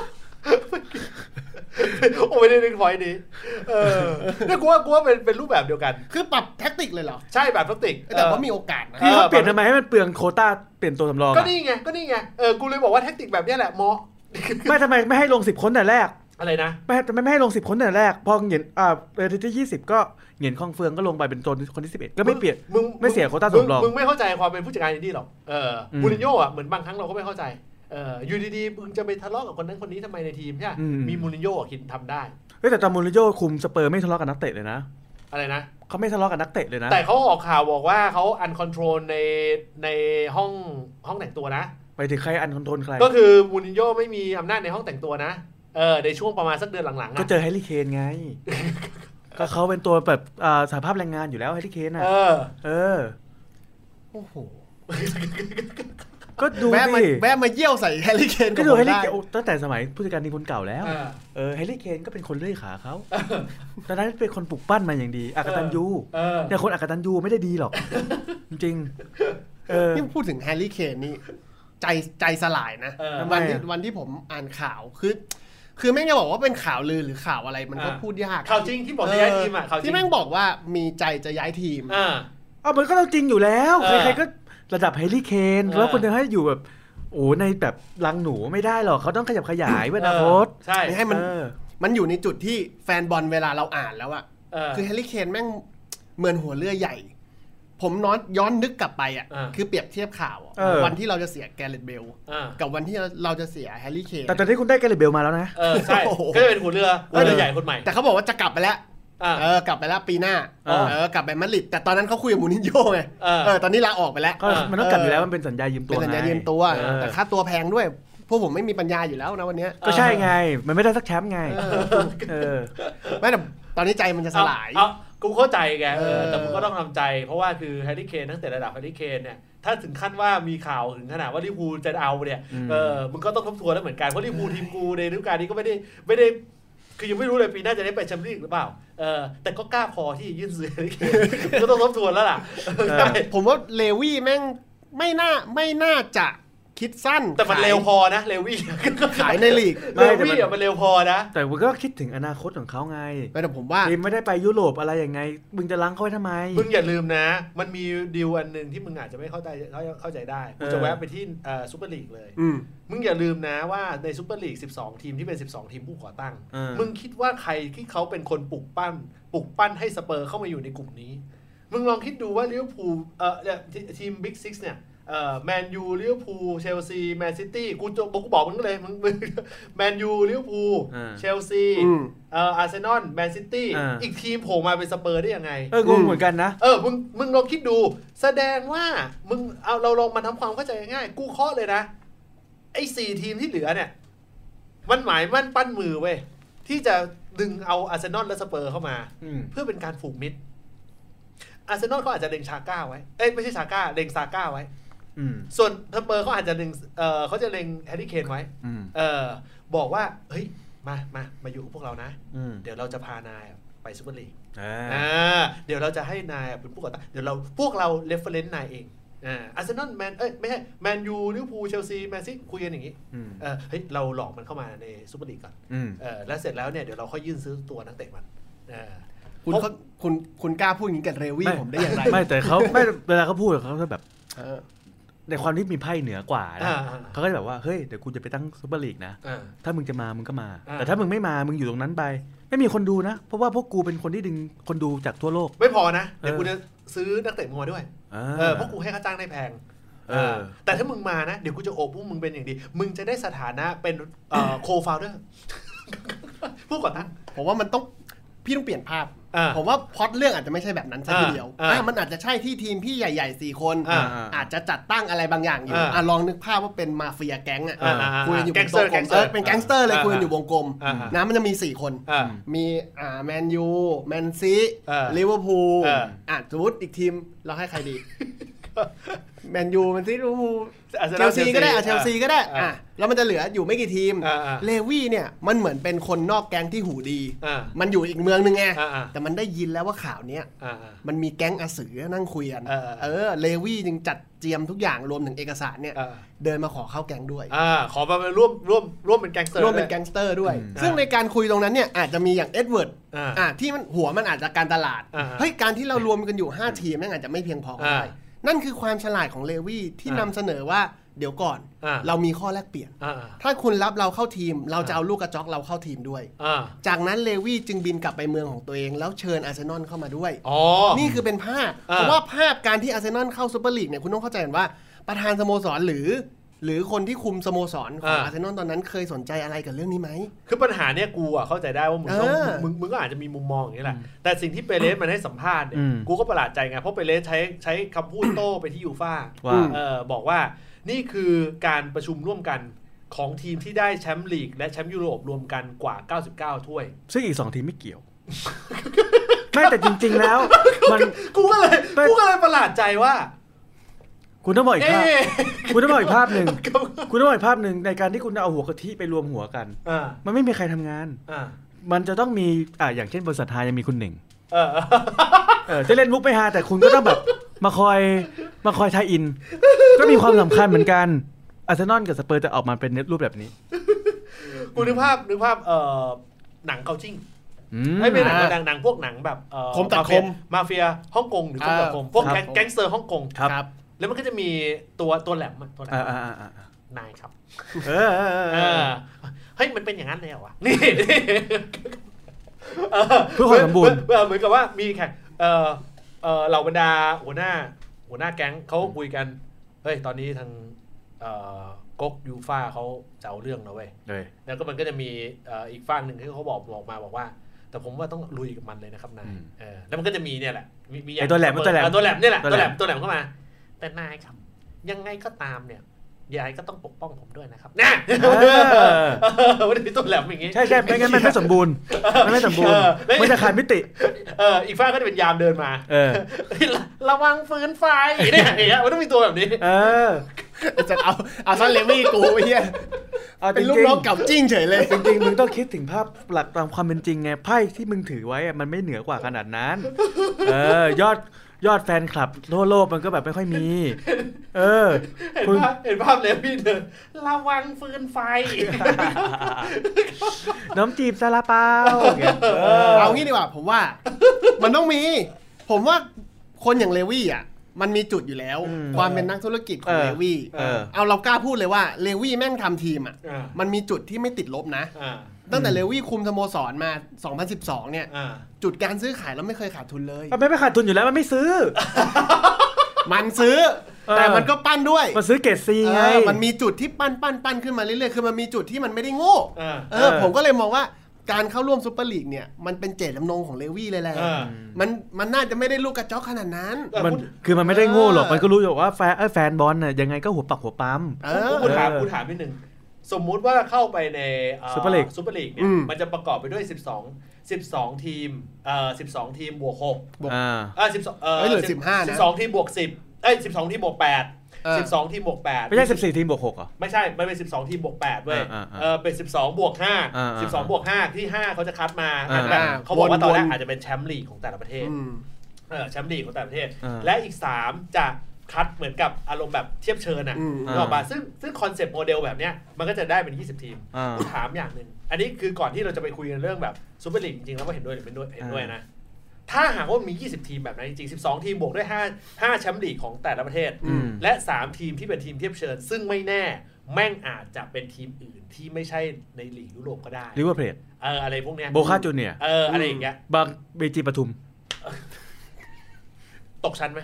โอ้ไม่ได้นึกพอยดีเออเนี่ยกูว่ากูว่าเป็นเป็นรูปแบบเดียวกันคือปรับแท็กติกเลยเหรอใช่แบบแท็กติกแต่ว่ามีโอกาสนะที่เขาเปลี่ยนทำไมให้มันเปลืองโควต้าเปลี่ยนตัวสำรองก็นี่ไงก็นี่ไงเออกูเลยบอกว่าแท็กติกแบบนี้แหละเหมาะไม่ทำไมไม่ให้ลงสิบคนแต่แรกอะไรนะไม่ไม่ไม่ให้ลงสิบคนแต่แรกพอเหงียนอ่านาทีที่ยี่สิบก็เหงียนคองเฟืองก็ลงไปเป็นตัวคนที่สิบเอ็ดก็ไม่เปลี่ยนมึงไม่เสียโควต้าสำรองมึงไม่เข้าใจความเป็นผู้จัดการอินดี้หรอกเออมูรินโญ่อ่ะเหมือนบางครั้งเราก็ไม่เข้าใจเอออยู่ดีๆมึงจะไปทะเลาะกับคนนั้นคนนี้ทำไมในทีมใช่มีมูรินโญ่คิดทำได้เฮ้ยแต่ตอนมูรินโญ่คุมสเปอร์ไม่ทะเลาะกับนักเตะเลยนะอะไรนะเขาไม่ทะเลาะกับนักเตะเลยนะแต่เขาออกข่าวบอกว่าเขาอันคอนโทรลในในห้องห้องแต่งตัวนะไปถึงใครอันคอนโทรลใครก็คือมูรินโญ่ไม่มีอำนาจในห้องแต่งตัวนะเออในช่วงประมาณสักเดือนหลังๆก็เจอแฮร์รี่เคนไงก็เขาเป็นตัวแบบสหภาพแรงงานอยู่แล้วแฮร์รี่เคนอ่ะเออเออโอ้โหก็ดูดิแวะมาเยี่ยวใส่แฮร์รี่เคนก็ดูแฮร์รี่เคนตั้งแต่สมัยผู้จัดการทีมคนเก่าแล้วเออแฮร์รี่เคนก็เป็นคนเลื่อยขาเขาตอนนั้นเป็นคนปลุกปั้นมาอย่างดีอกตัญญูแต่คนอกตัญญูไม่ได้ดีหรอกจริงๆเออที่พูดถึงแฮร์รี่เคนนี่ใจใจสลายนะวันที่วันที่ผมอ่านข่าวคือคือแม่งจะบอกว่าเป็นข่าวลือหรือข่าวอะไรมันก็พูดยากข่าวจริงที่บอกจะย้ายทีมอ่ะที่แม่งบอกว่ามีใจจะย้ายทีมอ่าอ๋อมันก็ต้องจริงอยู่แล้วใครๆก็ระดับแฮร์รี่เคนแล้วคนจะให้อยู่แบบโอ้ในแบบรังหนูไม่ได้หรอกเขาต้องขยับขยายเว้ยนะโค้ชใช่ให้มันมันอยู่ในจุดที่แฟนบอลเวลาเราอ่านแล้วอะคือแฮร์รี่เคนแม่งเหมือนหัวเรือใหญ่ผมน้อนย้อนนึกกลับไปอ่ะคือเปรียบเทียบข่าววันที่เราจะเสียแกเรตเบลกับวันที่เราจะเสียแฮร์รี่เคนแต่ตอนนี้คุณได้แกเรตเบลมาแล้วนะเออใช่ก็จะเป็นหัวเรือหัวเรือใหญ่คนใหม่แต่เขาบอกว่าจะกลับไปแล้วเออกลับไปแล้วปีหน้าเออกลับไปมาดริดแต่ตอนนั้นเขาคุยกับมูรินโญ่ไงเออตอนนี้ลาออกไปแล้วมันต้องกลับอยู่แล้วมันเป็นสัญญายืมตัวเป็นสัญญายืมตัวแต่ค่าตัวแพงด้วยพวกผมไม่มีปัญญาอยู่แล้วนะวันนี้ก็ใช่ไงมันไม่ได้สักแชมป์ไงเออไม่แต่ตอนนี้ใจมันจะสลายกูเข้าใจแกเออแต่มึงก็ต้องทำใจเพราะว่าคือแฮร์รี่เคนตั้งแต่ระดับแฮร์รี่เคนเนี่ยถ้าถึงขั้นว่ามีข่าวถึงขนาดว่าลิเวอร์พูลจะเอาเนี่ยเออมึงก็ต้องทบทวนแล้วเหมือนกันเพราะลิเวอร์พูลทีมกูในฤดูกาลนี้ก็ไม่ได้ไม่ได้คือยังไม่รู้เลยปีหน้าจะได้ไปแชมเปี้ยนลีกหรือเปล่าเออแต่ก็กล้าพอที่ยื่นซื้อแฮร์รี่เคนก็ต้องทบทวนแล้วล่ะผมว่าเลวี่แม่งไม่น่าไม่น่าจะคิดสั้นแต่มันเร็วพอนะเลวี่ขายในลีกเลวี่อ่ะมันเร็วพอนะแต่มึงก็คิดถึงอนาคตของเขาไงแต่ผมว่าทีมไม่ได้ไปยุโรปอะไรยังไงมึงจะล้างเขาไว้ทำไมมึงอย่าลืมนะมันมีดีลอันนึงที่มึงอาจจะไม่เข้าใจเข้าใจได้กูจะแวะไปที่เอ่อซุปเปอร์ลีกเลยมึงอย่าลืมนะว่าในซุปเปอร์ลีกสิบสองทีมที่เป็นสิบสองทีมผู้ก่อตั้งมึงคิดว่าใครที่เขาเป็นคนปลุกปั้นปลุกปั้นให้สเปอร์เข้ามาอยู่ในกลุ่มนี้มึงลองคิดดูว่าลิเวอร์พูลเอ่อทีมบิ๊กซิกเนี่ยเอ่อแมนยูลิเวอร์พูลเชลซีแมนซิตี้กูจะกูบอกมึงเลยมึงแมนยูลิเวอร์พูลเชลซีเอ่ออาร์เซนอลแมนซิตี้อีกทีมโผล่มาเป็นสเปอร์ได้ยังไงเอองงเหมือนกันนะเออมึงมึงลองคิดดูแสดงว่ามึงเอาเราลองมาทำความเข้าใจง่ายกูเคาะเลยนะไอ้สี่ทีมที่เหลือเนี่ยมันหมายมั่นปั้นมือเว้ยที่จะดึงเอาอาร์เซนอลและสเปอร์เข้ามาเพื่อเป็นการผูกมิตรอาร์เซนอลเขาอาจจะเล็งชาก้าไว้เอ้ยไม่ใช่ชาก้าเล็งซาก้าไว้ส่วนสเปอร์เขาอาจจะเล็งเออเขาจะเล็งแฮร์รี่เคนไว้เออบอกว่าเฮ้ยมามามาอยู่กับพวกเรานะเดี๋ยวเราจะพานายไปซุปเปอร์ลีกอ่าเดี๋ยวเราจะให้นายเป็นผู้ก่อตั้งเดี๋ยวเราพวกเราเรฟเฟอเรนซ์นายเองอ่าอาร์เซนอลแมนเอ้ยไม่ใช่แมนยูลิเวอร์พูลเชลซีแมนซิตี้คุยกันอย่างงี้เออเฮ้ยเราหลอกมันเข้ามาในซุปเปอร์ลีกก่อนเออแล้วเสร็จแล้วเนี่ยเดี๋ยวเราค่อยยื่นซื้อตัวนักเตะมันอ่าคุณเขาคุณคุณกล้าพูดอย่างนี้กับเรวี่ผมได้อย่างไรไม่แต่เขาไม่เวลาเขาพูดเขาแบบในความที่มีไพ่เหนือกว่านะเขาก็จะแบบว่าเฮ้ยเดี๋ยวกูจะไปตั้งซุปเปอร์ลีกนะถ้ามึงจะมามึงก็มาแต่ถ้ามึงไม่มามึงอยู่ตรงนั้นไปไม่มีคนดูนะเพราะว่าพวกกูเป็นคนที่ดึงคนดูจากทั่วโลกไม่พอนะเดี๋ยวกูจะซื้อนักเตะมัวด้วยเออเพราะกูให้ค่าจ้างได้แพงแต่ถ้ามึงมานะเดี๋ยวกูจะโอบพวกมึงเป็นอย่างดีมึงจะได้สถานะเป็นโคฟาวเดอร์ผู้ก่อตั้งผมว่ามันต้องพี่ต้องเปลี่ยนภาพผมว่าพล็อตเรื่องอาจจะไม่ใช่แบบนั้นซะทีเดียวมันอาจจะใช่ที่ทีมพี่ใหญ่ๆสี่คนอาจจะจัดตั้งอะไรบางอย่างอยู่ลองนึกภาพว่าเป็นมาเฟียแก๊งอ่ะคุยอยู่วงกลมเป็นแก๊งสเตอร์เลยคุยอยู่วงกลมนะมันจะมีสี่คนมีแมนยูแมนซีลิเวอร์พูลอ่ะสมมติอีกทีมเราให้ใครดีแมนยูแมนซีลิเวอร์พูลเชลซีก็ได้เชลซีก็ได้อ่ะแล้วมันจะเหลืออยู่ไม่กี่ทีมเลวี่เนี่ยมันเหมือนเป็นคนนอกแก๊งที่หูดีมันอยู่อีกเมืองนึงไงแต่มันได้ยินแล้วว่าข่าวเนี้ยมันมีแก๊งอสือนั่งคุยกันเออเลวี่จึงจัดเจียมทุกอย่างรวมถึงเอกสารเนี่ยเดินมาขอเข้าแก๊งด้วยขอมาร่วมร่วมร่วมเป็นแก๊งสเตอร์ร่วมเป็นแก๊งสเตอร์ด้วยซึ่งในการคุยตรงนั้นเนี่ยอาจจะมีอย่างเอ็ดเวิร์ดอ่าที่มันหัวมันอาจจะการตลาดเฮ้ยการที่เรารวมกันอยู่ห้าทีมนั่นอาจจะไม่เพียงพอก็ได้นั่นคือความฉลาดของเลวี่ที่นำเสนอว่าเดี๋ยวก่อนเรามีข้อแลกเปลี่ยนถ้าคุณรับเราเข้าทีมเราจะเอาลูกกระจอกเราเข้าทีมด้วยจากนั้นเลวี่จึงบินกลับไปเมืองของตัวเองแล้วเชิญอาร์เซนอลเข้ามาด้วยนี่คือเป็นภาพเพราะว่าภาพการที่อาร์เซนอลเข้าซุปเปอร์ลีกเนี่ยคุณต้องเข้าใจว่าประธานสโมสรหรือหรือคนที่คุมสโมสรของอาร์เซนอลตอนนั้นเคยสนใจอะไรกับเรื่องนี้ไหมคือปัญหาเนี้ยกูอ่ะเข้าใจได้ว่ามึงต้องมึงมึงก็อาจจะมีมุมมองอย่างนี้แหละแต่สิ่งที่เปเรสมันให้สัมภาษณ์เนี่ยกูก็ประหลาดใจไงเพราะเปเรสใช้ใช้คำพูดโต้ไปที่ยูฟ่าเออบอกว่านี่คือการประชุมร่วมกันของทีมที่ได้แชมป์ลีกและแชมป์ยุโรปรวมกันกว่าเก้าสิบเก้าถ้วยซึ่งอีกสองทีมไม่เกี่ยวไม่แต่จริงๆแล้วมันกูก็เลยกูก็เลยประหลาดใจว่าคุณต้องบอกอีกภาพคุณต้องบอกอีกภาพหนึ่งคุณต้องบอกอีกภาพหนึ่งในการที่คุณเอาหัวกะทิไปรวมหัวกันมันไม่มีใครทำงานมันจะต้องมีอ่าอย่างเช่นบริษัทฮายังมีคุณหนึ่งเออจะเล่นมุกไม่ฮาแต่คุณก็ต้องแบบมาคอยมาคอยทายอินก็มีความสำคัญเหมือนกันอาร์เซนอลกับสเปอร์จะออกมาเป็นรูปแบบนี้กูนึกภาพนึกภาพเอ่อหนังเกาจิ้งไม่เป็นหนังหนังหนังพวกหนังแบบเอ่อคมตัดคมมาเฟียฮ่องกงหรือคมตัดคมพวกแก๊งสเตอร์ฮ่องกงครับแล้วมันก็จะมีตัวตัวแหลมตัวแหลมนายครับเออเฮ้ยมันเป็นอย่างนั้นเลยเหรอวะนี่เพื่อความสมบูรณ์เหมือนกับว่ามีแขกเออเออเหล่าบรรดาหัวหน้าหัวหน้าแก๊งเขาคุยกันเฮ้ยตอนนี้ทางเอ่อก๊กยูฟ่าเขาจะเอาเรื่องนะเว้ยแล้วก็มันก็จะมีอีกฝั่งหนึ่งที่เขาบอกบอกมาบอกว่าแต่ผมว่าต้องลุยกับมันเลยนะครับนายเออแล้วมันก็จะมีเนี่ยแหละมีไอ้ตัวแหลมตัวแหลมตัวแหลมเนี่ยแหละตัวแหลมตัวแหลมเข้ามาแต่นายครับยังไงก็ตามเนี่ยยายก็ต้องปกป้องผมด้วยนะครับนะวันนี้ตัวแหลมอย่างงี้ใช่ใช่ไม่งั้นมันไม่สมบูรณ์มันไม่สมบูรณ์มันจะขาดมิติเอออีกฝ้าก็จะเป็นยามเดินมาเออระวังฟืนไฟเนี่ยอย่างเงี้ยมันต้องมีตัวแบบนี้เออจะเอาเอาซันเลวี่กูเฮียเป็นลูกน้องเก่าจิ้งเฉยเลยจริงๆมึงต้องคิดถึงภาพหลักตามความเป็นจริงไงไพ่ที่มึงถือไว้มันไม่เหนือกว่าขนาดนั้นเออยอดยอดแฟนคลับทั่วโลกมันก็แบบไม่ค่อยมีเออเห็นภาพเห็นภาพเลยพี่เดินระวังฟืนไฟน้ำจีบซาลาเปาเอางี้ดีกว่าผมว่ามันต้องมีผมว่าคนอย่างเลวี่อ่ะมันมีจุดอยู่แล้วความเป็นนักธุรกิจของเลวี่เอาเรากล้าพูดเลยว่าเลวี่แม่งทำทีมอ่ะมันมีจุดที่ไม่ติดลบนะตั้งแต่เลวี่คุมสโมสรมาสองพันสิบสองเนี่ยจุดการซื้อขายแล้วไม่เคยขาดทุนเลยมันไม่ขาดทุนอยู่แล้วมันไม่ซื้อมันซื้อแต่มันก็ปั้นด้วยมันซื้อเกรดซีไงมันมีจุดที่ปั้นปั้นปั้นขึ้นมาเรื่อยๆคือมันมีจุดที่มันไม่ได้โง่เออผมก็เลยมองว่าการเข้าร่วมซุปเปอร์ลีกเนี่ยมันเป็นเจตจำนงของเลวี่เลยแหละมันมันน่าจะไม่ได้ลูกกระจอกขนาดนั้นมันคือมันไม่ได้โง่หรอกมันก็รู้อยู่ว่าแฟนแฟนบอลน่ะยังไงก็หัวปักหัวปั๊มกูถามกูถามนิดนึงสมมุติว่าเข้าไปในซุปเปอร์ลีกซุปเปอร์ลีกเนี่ยมันจะประกอบไปด้วยสิบสอง สิบสองทีมเอ่อสิบสองทีมบวกหกบวกอ่าเออสิบสองเอ่อสิบห้านะสิบสองทีมบวกสิบเอ้ยสิบสองทีมบวกแปดสิบสองทีมบวกแปดไม่ใช่สิบสี่ทีมบวกหกเหรอไม่ใช่มันเป็นสิบสองทีมบวกแปดเว้ยเออเป็นสิบสองบวกห้า สิบสองบวกห้าที่ห้าเขาจะคัดมาเขาบอกว่าตอนแรกอาจจะเป็นแชมป์ลีกของแต่ละประเทศเออแชมป์ลีกของแต่ละประเทศและอีกสามจะคัดเหมือนกับอารมณ์แบบเทียบเชิญอ่ะนึกออกป่ะซึ่งซึ่งคอนเซ็ปต์โมเดลแบบเนี้ยมันก็จะได้เป็นยี่สิบทีมผมถามอย่างนึงอันนี้คือก่อนที่เราจะไปคุยกันเรื่องแบบซุปเปอร์ลีกจริงๆแล้วว่าเห็นด้วยหรือไม่ด้วยเห็นด้วยนะถ้าหากว่ามียี่สิบทีมแบบนั้นจริงๆสิบสองทีมบวกด้วยห้า ห้าแชมป์ลีกของแต่ละประเทศและสามทีมที่เป็นทีมเทียบเชิญซึ่งไม่แน่แม่งอาจจะเป็นทีมอื่นที่ไม่ใช่ในลีกยุโรปก็ได้ลิเวอร์พูลเอออะไรพวกเนี้ยโบคาจูเนียร์เอออะไรอย่างเงี้ยบางเบจีปทุมตกชั้นไหม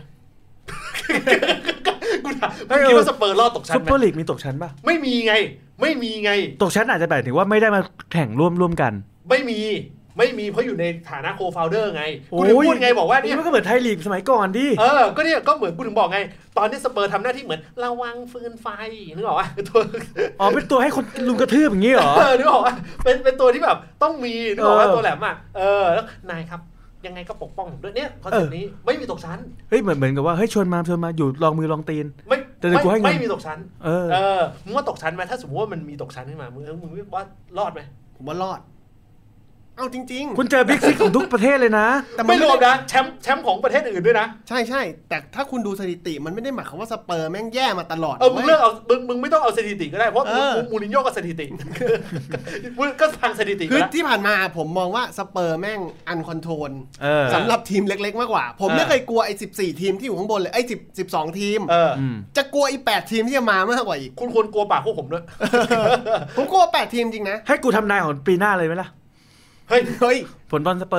กูถามไม่คิดว่าสเปอร์รอดตกชั้นไหมซุปเปอร์ลีกมีตกชั้นป่ะไม่มีไงไม่มีไงตกชั้นอาจจะหมายถึงว่าไม่ได้มาแข่งร่วมร่วมกันไม่มีไม่มีเพราะอยู่ในฐานะโคฟาวเดอร์ไงกูถึงพูดไงบอกว่าเนี่ยมันก็เหมือนไทยลีกสมัยก่อนดิเออก็เนี่ยก็เหมือนกูถึงบอกไงตอนนี้สเปอร์ทำหน้าที่เหมือนระวังฟืนไฟนึกออกป่ะตัวอ๋อเป็นตัวให้คนลุมกระทืบอย่างงี้เหรอเออนึกออกป่ะเป็นเป็นตัวที่แบบต้องมีนึกออกว่าตัวแหลมอ่ะเออแล้วนายครับยังไงก็ปกป้องด้วยเนี่ยคอนเซ็ปต์นี้ไม่มีตกชั้นเฮ้ยเหมือนเหมือนกับว่าเฮ้ยชวนมาชวนมาอยู่ลองมือลองตีนไม่ไม่ไม่มีตกชั้นเออเออมึงว่าตกชั้นไหมถ้าสมมติว่ามันมีตกชั้นขึ้นมามึงมึงว่ารอดไหมผมว่ารอดเอาจริงๆคุณเจอบิ๊กซิกของทุกประเทศเลยนะแต่ไม่รวมนะแชมป์แชมป์ของประเทศอื่นด้วยนะใช่ใช่แต่ถ้าคุณดูสถิติมันไม่ได้หมายความว่าสเปอร์แม่งแย่มาตลอดเออมึงเลือกเอามึงมึงไม่ต้องเอาสถิติก็ได้เพราะมูรินโญ่ก็สถิติก็ทางสถิติคือที่ผ่านมาผมมองว่าสเปอร์แม่งอันคอนโทรลสำหรับทีมเล็กๆมากกว่าผมไม่เคยกลัวไอ้สิบสี่ทีมที่อยู่ข้างบนเลยไอ้สิบ สิบสองทีมจะกลัวไอ้แปดทีมที่จะมามากกว่าอีกคุณควรกลัวปากพวกผมด้วยผมกลัวแปดทีมจริงนะให้กูทำนายของปีหน้าเลยไหมล่ะเฮ้ยเฮ้ยผลบอลสเปอร์อ่ะ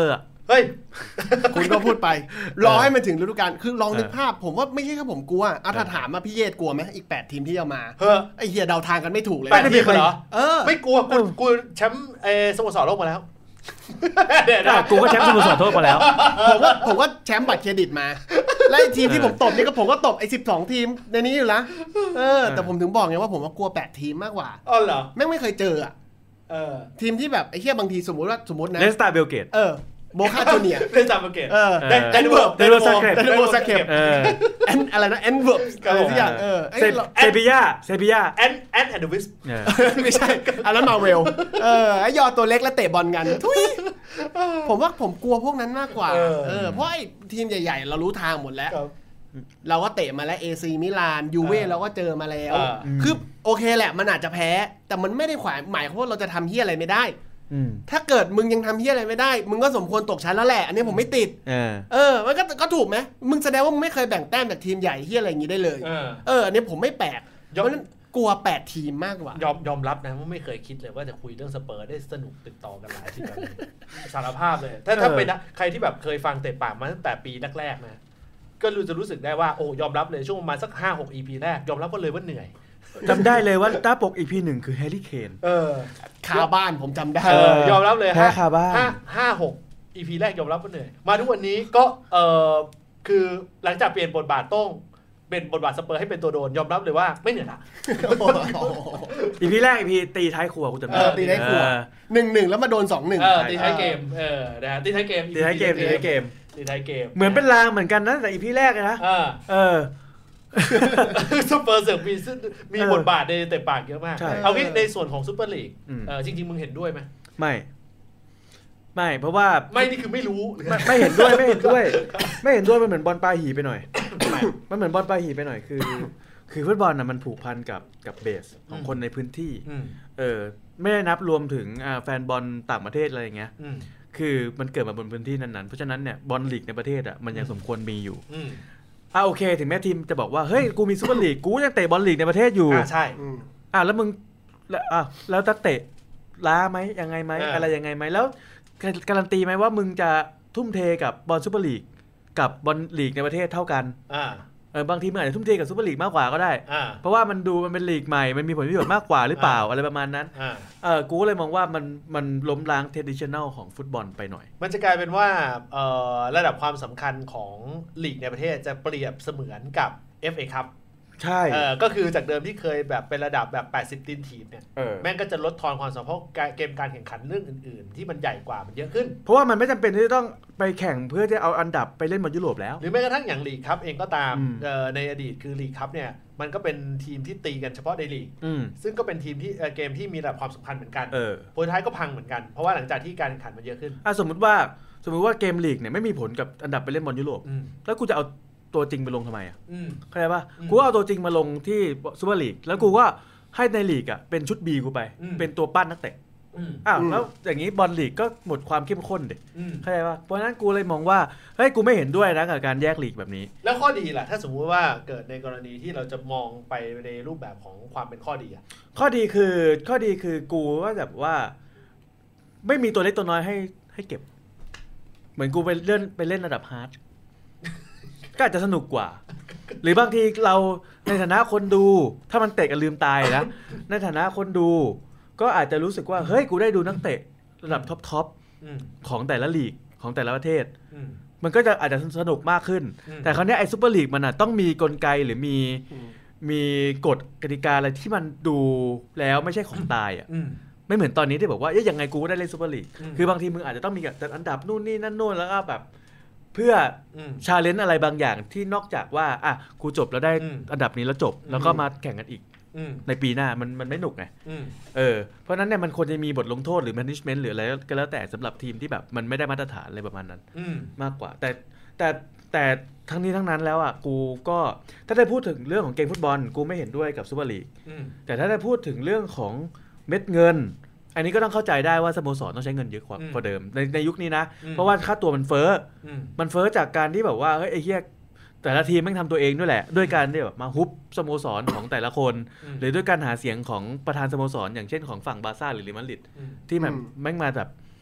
เฮ้ยคุณก็พูดไปรอให้มันถึงฤดูกาลคือลองนึกภาพผมว่าไม่ใช่แค่ผมกลัวอ่ะถ้าถามมาพี่เยศกลัวไหมอีกแปดทีมที่จะมาเฮ้อไอเฮียเดาทางกันไม่ถูกเลยแปดทีมเหรอเออไม่กลัวกูกูแชมป์เอสโมสรโลกมาแล้วเดี๋ยวกูก็แชมป์สโมสรโลกมาแล้วผมว่าผมก็แชมป์บัตรเครดิตมาและทีมที่ผมตบนี่ก็ผมก็ตบไอ้สิบสองทีมในนี้อยู่นะเออแต่ผมถึงบอกไงว่าผมว่ากลัวแปดทีมมากกว่าอ๋อเหรอแม่งไม่เคยเจออ่ะเออทีมที่แบบไอ้เหี้ยบางทีสมมุติว่าสมมุตินะเลสตาเบลเกตเออโบคาจูเนียร์เลสตาเบลเกตเออเดนเวอร์เดนเวอร์ซักเคปเดนเวอร์ซักเคปเออแอนอะไรนะแอนเวิร์บอะไรสักอย่างเออเซบีย่าเซบีย่าแอนแอนแอนด์วิสไม่ใช่อันนั้นมาเวลเออไอ้ยอตัวเล็กแล้วเตะบอลกันทุยผมว่าผมกลัวพวกนั้นมากกว่าเออเพราะไอ้ทีมใหญ่ๆเรารู้ทางหมดแล้วเราก็เตะมาแล้ว เอ ซี มิลานยูเว่เราก็เจอมาแล้วคือโอเคแหละมันอาจจะแพ้แต่มันไม่ได้หมายความว่าเราจะทำเหี้ยอะไรไม่ได้ถ้าเกิดมึงยังทำเหี้ยอะไรไม่ได้มึงก็สมควรตกชั้นแล้วแหละอันนี้ผมไม่ติดเออมันก็ก็ถูกไหมมึงแสดงว่ามึงไม่เคยแบ่งแต้มจากทีมใหญ่เหี้ยอะไรอย่างงี้ได้เลยเอออันนี้ผมไม่แปลกเพราะนั้นกลัวแปดทีมมากกว่ายอมยอมรับนะว่าไม่เคยคิดเลยว่าจะคุยเรื่องสเปอร์ได้สนุกติดต่อกันหลายทีแบบนี้สารภาพเลยถ้าถ้าเป็นใครที่แบบเคยฟังเตะปากมาตั้งแต่ปีแรกๆนะก็รู้จะรู้สึกได้ว่าโอ้ยอมรับเลยช่วงประมาณสัก ห้าหก อี พี แรกยอมรับก็เลยว่าเหนื่อยจำได้เลยว่าตาปก อี พี หนึ่งคือแฮร์รี่เคนเออคาบ้านผมจำได้ยอมรับเลยแพ้คาบ้านห้า ห้า หก อี พี แรกยอมรับว่าเหนื่อยมาทุกวันนี้ก็เออคือหลังจากเปลี่ยนบทบาทต้องเป็นบทบาทสเปอร์ให้เป็นตัวโดนยอมรับเลยว่าไม่เหนื่อยละอี พี แรก อี พี ตีท้ายครัวกูจำได้ตีท้ายครัว หนึ่งหนึ่ง แล้วมาโดน สองหนึ่งเออตีท้ายเกมเออนะฮะตีท้ายเกมตีท้ายเกมตีท้ายเกมตีท้ายเกมเหมือนเป็นลางเหมือนกันนะแต่ อี พี แรกนะเออเออซุปเปอร์เสือกมีมีบทบาทในเตะปากเยอะมากเอางี้ในส่วนของซุปเปอร์ลีกเออจริงๆมึงเห็นด้วยไหมไม่ไม่เพราะว่าไม่นี่คือไม่รู้ไม่เห็นด้วยไม่เห็นด้วยไม่เห็นด้วยมันเหมือนบอลปลาหีไปหน่อยมันเหมือนบอลปลาหีไปหน่อยคือคือฟุตบอลน่ะมันผูกพันกับกับเบสของคนในพื้นที่เออไม่ได้นับรวมถึงแฟนบอลต่างประเทศอะไรอย่างเงี้ยคือมันเกิดมาบนพื้นที่นั้นๆเพราะฉะนั้นเนี่ยบอลลีกในประเทศอ่ะมันยังสมควรมีอยู่อ่าโอเคถึงแม้ทีมจะบอกว่าเฮ้ยกูมีซุปเปอร์ลีกกูยังเตะบอลลีกในประเทศอยู่อ่าใช่อ่าแล้วมึงอ่าแล้วจะเตะล้าไหมยังไงไหมอะไรยังไงไหมแล้วการันตีไหมว่ามึงจะทุ่มเทกับบอลซุปเปอร์ลีกกับบอลลีกในประเทศเท่ากันอ่าเออบางทีมันอาจจะทุ่มเทกับซุปเปอร์ลีกมากกว่าก็ได้เพราะว่ามันดูมันเป็นลีกใหม่มันมีผลประโยชน์มากกว่าหรือเปล่าอะไรประมาณนั้นเออกูเลยมองว่ามันมันล้มล้างเทรดิชันแนลของฟุตบอลไปหน่อยมันจะกลายเป็นว่าเอ่อระดับความสำคัญของลีกในประเทศจะเปรียบเสมือนกับ เอฟ เอ Cupใช่เออก็คือจากเดิมที่เคยแบบเป็นระดับแบบแปดสิบทีมทีมเนี่ยแม่งก็จะลดทอนความสำคัญเพราะเกมการแข่งขันเรื่องอื่นๆที่มันใหญ่กว่ามันเยอะขึ้นเพราะว่ามันไม่จำเป็นที่จะต้องไปแข่งเพื่อจะเอาอันดับไปเล่นบอลยุโรปแล้วหรือแม้กระทั่งอย่างลีกคัพเองก็ตามเอ่อในอดีตคือลีกคัพเนี่ยมันก็เป็นทีมที่ตีกันเฉพาะในลีกซึ่งก็เป็นทีมที่เกมที่มีระดับความสำคัญเหมือนกันผลท้ายก็พังเหมือนกันเพราะว่าหลังจากที่การแข่งขันมันเยอะขึ้นอ่ะสมมติว่าสมมติว่าเกมลีกเนี่ยไม่มีผลกับอันดับไปเล่นบอลยุโรปแล้วกูจะเอาตัวจริงไปลงทำไมอ่ะเข้าใจป่ะกูเอาตัวจริงมาลงที่ซูเปอร์ลีกแล้วกูก็ให้ในลีกอ่ะเป็นชุด B กูไปเป็นตัวปั้นนักเตะอ้าวแล้วอย่างนี้บอลลีกก็หมดความเข้มข้นดิเข้าใจป่ะเพราะฉะนั้นกูเลยมองว่าเฮ้ยกูไม่เห็นด้วยนะกับการแยกลีกแบบนี้แล้วข้อดีล่ะถ้าสมมุติว่าเกิดในกรณีที่เราจะมองไปในรูปแบบของความเป็นข้อดีอ่ะข้อดีคือข้อดีคือกูว่าแบบว่าไม่มีตัวเล็กตัวน้อยให้ให้เก็บเหมือนกูไปเล่นไปเล่นระดับฮาร์ดก็อาจจะสนุกกว่าหรือบางทีเราในฐานะคนดูถ้ามันเตะกันลืมตายนะในฐานะคนดูก็อาจจะรู้สึกว่าเฮ้ยกูได้ดูนักเตะระดับท็อปๆของแต่ละลีกของแต่ละประเทศมันก็จะอาจจะสนุกมากขึ้นแต่คราวนี้ไอ้ซุปเปอร์ลีกมันต้องมีกลไกหรือมีมีกฎกติกาอะไรที่มันดูแล้วไม่ใช่ของตายอ่ะไม่เหมือนตอนนี้ที่บอกว่ายังไงกูก็ได้เล่นซุปเปอร์ลีกคือบางทีมึงอาจจะต้องมีจัดอันดับนู่นนี่นั่นโน่นแล้วก็แบบเพื่อชาเลนจ์อะไรบางอย่างที่นอกจากว่าอ่ะกูจบแล้วได้อันดับนี้แล้วจบแล้วก็มาแข่งกันอีกในปีหน้ามันมันไม่หนุกไงเออเพราะนั้นเนี่ยมันควรจะมีบทลงโทษหรือ management หรืออะไรก็แล้วแต่สำหรับทีมที่แบบมันไม่ได้มาตรฐานอะไรประมาณนั้นมากกว่าแต่แต่แต่ทั้งนี้ทั้งนั้นแล้วอ่ะกูก็ถ้าได้พูดถึงเรื่องของเกมฟุตบอลกูไม่เห็นด้วยกับซูเปอร์ลีกแต่ถ้าได้พูดถึงเรื่องของเม็ดเงินอันนี้ก็ต้องเข้าใจได้ว่าสโมสรต้องใช้เงินเยอะกว่าเดิมในในยุคนี้นะเพราะว่าค่าตัวมันเฟ้อมันเฟ้อจากการที่แบบว่าเฮ้ยไอ้เหี้ยแต่ละทีมแม่งทำตัวเองด้วยแหละด้วยการที่แบบมาฮุบสโมสรของแต่ละคนหรือด้วยการหาเสียงของประธานสโมสรอย่างเช่นของฝั่งบาร์ซ่าหรือเรอัลมาดริดที่แบบแม่งมาแบบ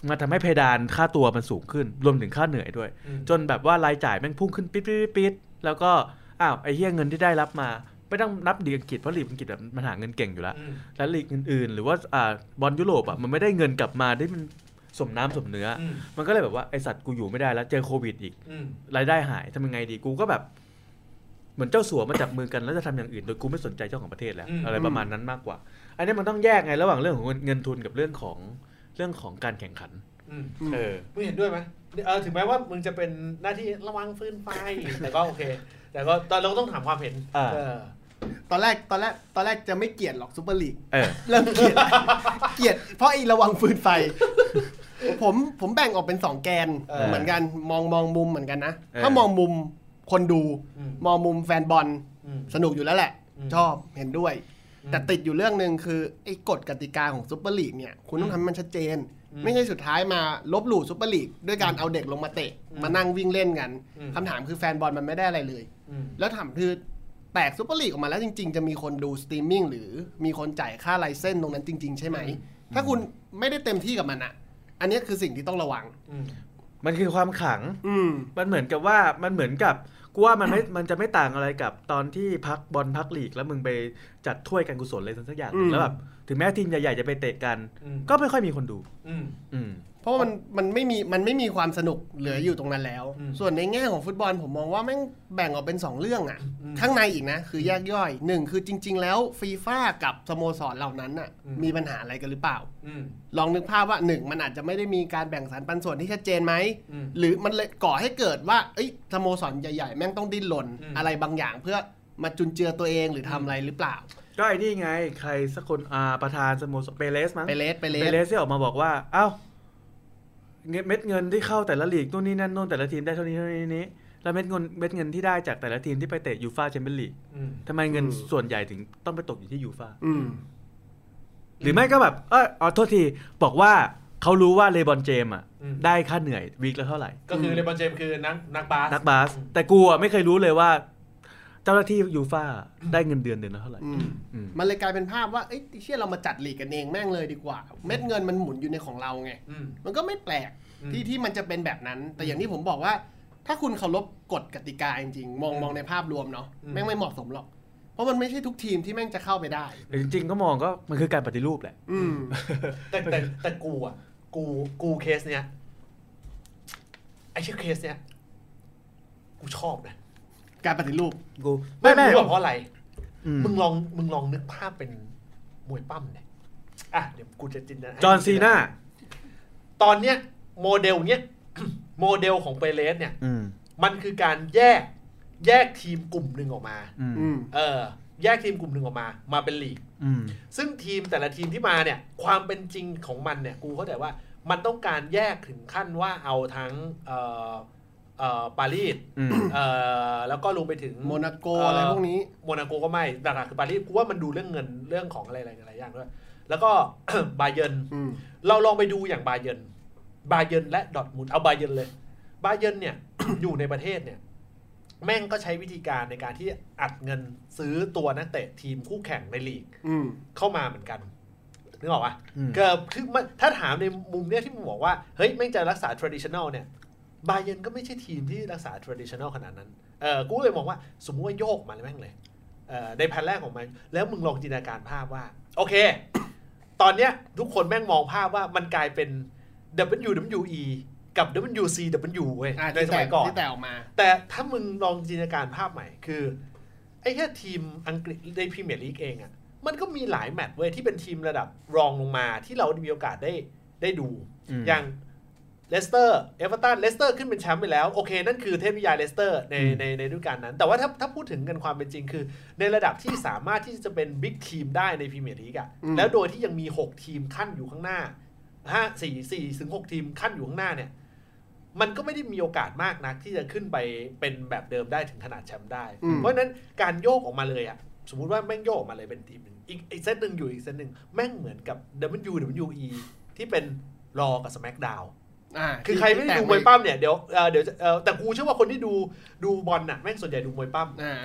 มันทำให้เพดานค่าตัวมันสูงขึ้นรวมถึงค่าเหนื่อยด้วยจนแบบว่ารายจ่ายแม่งพุ่งขึ้นปิ๊ดปิ๊ดปิ๊ดแล้วก็อ้าวไอ้เหี้ยเงินที่ได้รับมาไม่ต้องนับลีกอังกฤษเพราะลีกอังกฤษแบบมันหาเงินเก่งอยู่แล้วแล้วลีกอื่นๆหรือว่าอ่าบอลยุโรปอ่ะมันไม่ได้เงินกลับมาได้มันสมน้ำสมเนื้อมันก็เลยแบบว่าไอสัตว์กูอยู่ไม่ได้แล้วเจอโควิดอีกรายได้หายทำยังไงดีกูก็แบบเหมือนเจ้าสัวมาจับมือกันแล้วจะทำอย่างอื่นโดยกูไม่สนใจเจ้าของประเทศแล้วอะไรประมาณนั้นมากกว่าอันนี้มันต้องแยกไงระหว่างเรื่องของเงินทุนกับเรื่องของเรื่องของการแข่งขันเออมึงเห็นด้วยไหมเออถึงแม้ว่ามึงจะเป็นหน้าที่ระวังฟืนไฟแต่ก็โอเคแต่ก็ตอนเราต้องถามความเห็นตอนแรกตอนแรกตอนแรกจะไม่เกลียดหรอกซุปเปอร์ลีกเริ่มเกลียดเกลียดเพราะไอ้ระวังฟืนไฟผมผมแบ่งออกเป็นสองแกนเหมือนกันมองมองมุมเหมือนกันนะถ้ามองมุมคนดูมองมุมแฟนบอลสนุกอยู่แล้วแหละชอบเห็นด้วยแต่ติดอยู่เรื่องนึงคือไอ้กฎกติกาของซุปเปอร์ลีกเนี่ยคุณต้องทำมันชัดเจนไม่ใช่สุดท้ายมาลบหลู่ซุปเปอร์ลีกด้วยการเอาเด็กลงมาเตะมานั่งวิ่งเล่นกันคำถามคือแฟนบอลมันไม่ได้อะไรเลยแล้วถามคือแตกซุปเปอร์ลีกออกมาแล้วจริงๆจะมีคนดูสตรีมมิ่งหรือมีคนจ่ายค่าไลเซนส์ตรงนั้นจริงๆใช่ไหมถ้าคุณไม่ได้เต็มที่กับมันอ่ะอันนี้คือสิ่งที่ต้องระวังมันคือความขังมันเหมือนกับว่ามันเหมือนกับกูว่ามันไม่มันจะไม่ต่างอะไรกับตอนที่พักบอลพักลีกแล้วมึงไปจัดถ้วยการกุศลอะไรสักอย่างแล้วแบบถึงแม้ทีมใหญ่ๆจะไปเตะกันก็ไม่ค่อยมีคนดูเพราะมันมันไม่มีมันไม่มีความสนุกเหลืออยู่ตรงนั้นแล้วส่วนในแง่ของฟุตบอลผมมองว่าแม่งแบ่งออกเป็นสองเรื่องอ่ะข้างในอีกนะคือแยกย่อยหนึ่งคือจริงๆแล้วฟีฟ่ากับสโมสรเหล่านั้นน่ะมีปัญหาอะไรกันหรือเปล่าลองนึกภาพว่าหนึ่งมันอาจจะไม่ได้มีการแบ่งสรรปันส่วนที่ชัดเจนไหมหรือมันเลยก่อให้เกิดว่าเอ้ยสโมสรใหญ่ๆแม่งต้องดิ้นรนอะไรบางอย่างเพื่อมาจุนเจือตัวเองหรือทำอะไรหรือเปล่าก็ไอ้นี่ไงใครสักคนอ่าประธานสโมสรเปเรสมั้งเปเรสเปเรสเปเรสที่ออกมาบอกว่าเอ้าเม็ดเงินที่เข้าแต่ละลีกนู่นนี่นั่นโน่นแต่ละทีมได้เท่านี้เท่านี้นี้แล้วเม็ดเงินเม็ดเงินที่ได้จากแต่ละทีมที่ไปเตะยูฟ่าแชมเปี้ยนลีกทำไมเงินส่วนใหญ่ถึงต้องไปตกอยู่ที่ยูฟ่าหรือไม่ก็แบบเอออ๋อโทษทีบอกว่าเขารู้ว่าเลบอนเจมส์อ่ะได้ค่าเหนื่อยวีคละเท่าไหร่ก็คือเลบอนเจมส์คือนักนักบาสนักบาสแต่กูอ่ะไม่เคยรู้เลยว่าเจ้าหน้าที่ยูฟ่าได้เงินเดือนเดือนละเท่าไหร่มันเลยกลายเป็นภาพว่าเอ้ยเชี่ยเรามาจัดลีกกันเองแม่งเลยดีกว่าเม็ดเงินมันหมุนอยู่ในของเราไงมันก็ไม่แปลกที่ที่มันจะเป็นแบบนั้นแต่อย่างที่ผมบอกว่าถ้าคุณเคารพกฎกติกาจริงๆมองมองในภาพรวมเนาะแม่งไม่เหมาะสมหรอกเพราะมันไม่ใช่ทุกทีมที่แม่งจะเข้าไปได้แต่จริงๆก็มองก็มันคือการปฏิรูปแหละแต่แต่แต่กูอ่ะกูกูเคสเนี้ยไอ้ชื่อเคสเนี้ยกูชอบนะการปฏิรูปกูไม่ไม่รู้เพราะอะไรมึงลองมึงลองนึกภาพเป็นมวยปั้มเนี่ยอ่ะเดี๋ยวกูจะจินตนาจอห์นซีน่าตอนเนี้ยโมเดลเนี้ยโมเดลของเปเรสเนี่ยมันคือการแยกแยกทีมกลุ่มหนึ่งออกมาเออแยกทีมกลุ่มหนึ่งออกมามาเป็นลีกซึ่งทีมแต่ละทีมที่มาเนี่ยความเป็นจริงของมันเนี่ยกูเข้าใจว่ามันต้องการแยกถึงขั้นว่าเอาทั้งเอ่อเอ่อปารีสเอ่อแล้วก็รวมไปถึงโมนาโกอะไรพวกนี้โมนาโกก็ไม่หลักๆคือปารีสกูว่ามันดูเรื่องเงินเรื่องของอะไรหลายๆอย่างด้วยแล้วก็ บาเยิร์นเราลองไปดูอย่างบาเยิร์นบาเยิร์นและดอร์ทมุนด์เอาบาเยิร์นเลยบาเยิร์นเนี่ย อยู่ในประเทศเนี่ยแม่งก็ใช้วิธีการในการที่อัดเงินซื้อตัวนักเตะทีมคู่แข่งในลีกเข้ามาเหมือนกันนึกออกป่ะก็คือถ้าถามในมุมเนี้ยที่มึงบอกว่าเฮ้ยแม่งจะรักษา traditional เนี่ยบาเยิร์นก็ไม่ใช่ทีมที่รักษา traditional ขนาดนั้นเออกูเลยมองว่าสมมติว่าโยกมาเลยแม่งเลยเออในแผนแรกของมันแล้วมึงลองจินตนาการภาพว่าโอเคตอนเนี้ยทุกคนแม่งมองภาพว่ามันกลายเป็น ดับเบิลยู ดับเบิลยู อี กับ ดับเบิลยู ซี ดับเบิลยู เว้ยในสมัยก่อนที่แตกออกมาแต่ถ้ามึงลองจินตนาการภาพใหม่คือไอ้แค่ทีมอังกฤษในพรีเมียร์ลีกเองอ่ะมันก็มีหลายแมตช์เว้ยที่เป็นทีมระดับรองลงมาที่เรามีโอกาสได้ได้ดูอย่างเลสเตอร์เอเวอร์ตันเลสเตอร์ขึ้นเป็นแชมป์ไปแล้วโอเคนั่นคือเทพนิยายเลสเตอร์ในในในฤดูกาลนั้นแต่ว่าถ้าถ้าพูดถึงกันความเป็นจริงคือในระดับที่สามารถที่จะเป็นบิ๊กทีมได้ในพรีเมียร์ลีกอ่ะแล้วโดยที่ยังมีหกทีมขั้นอยู่ข้างหน้าห้า สี่ สี่ถึงหกทีมขั้นอยู่ข้างหน้าเนี่ยมันก็ไม่ได้มีโอกาสมากนักที่จะขึ้นไปเป็นแบบเดิมได้ถึงขนาดแชมป์ได้เพราะฉะนั้นการโยกออกมาเลยอ่ะสมมุติว่าแม่งโยกออกมาเลยเป็นทีมนึงอีกอีกเซตนึงอยู่อีกเซตนึงแม่งเหมือนกับ ดับเบิลยู ดับเบิลยู อี ที่เป็นรอกับ SmackDown คือใครไม่ได้ดูมวยปั้มเนี่ยเดี๋ยวเดี๋ยวแต่กูเชื่อว่าคนที่ดูดูบอลน่ะแม่งส่วนใหญ่ดูมวยปั้ม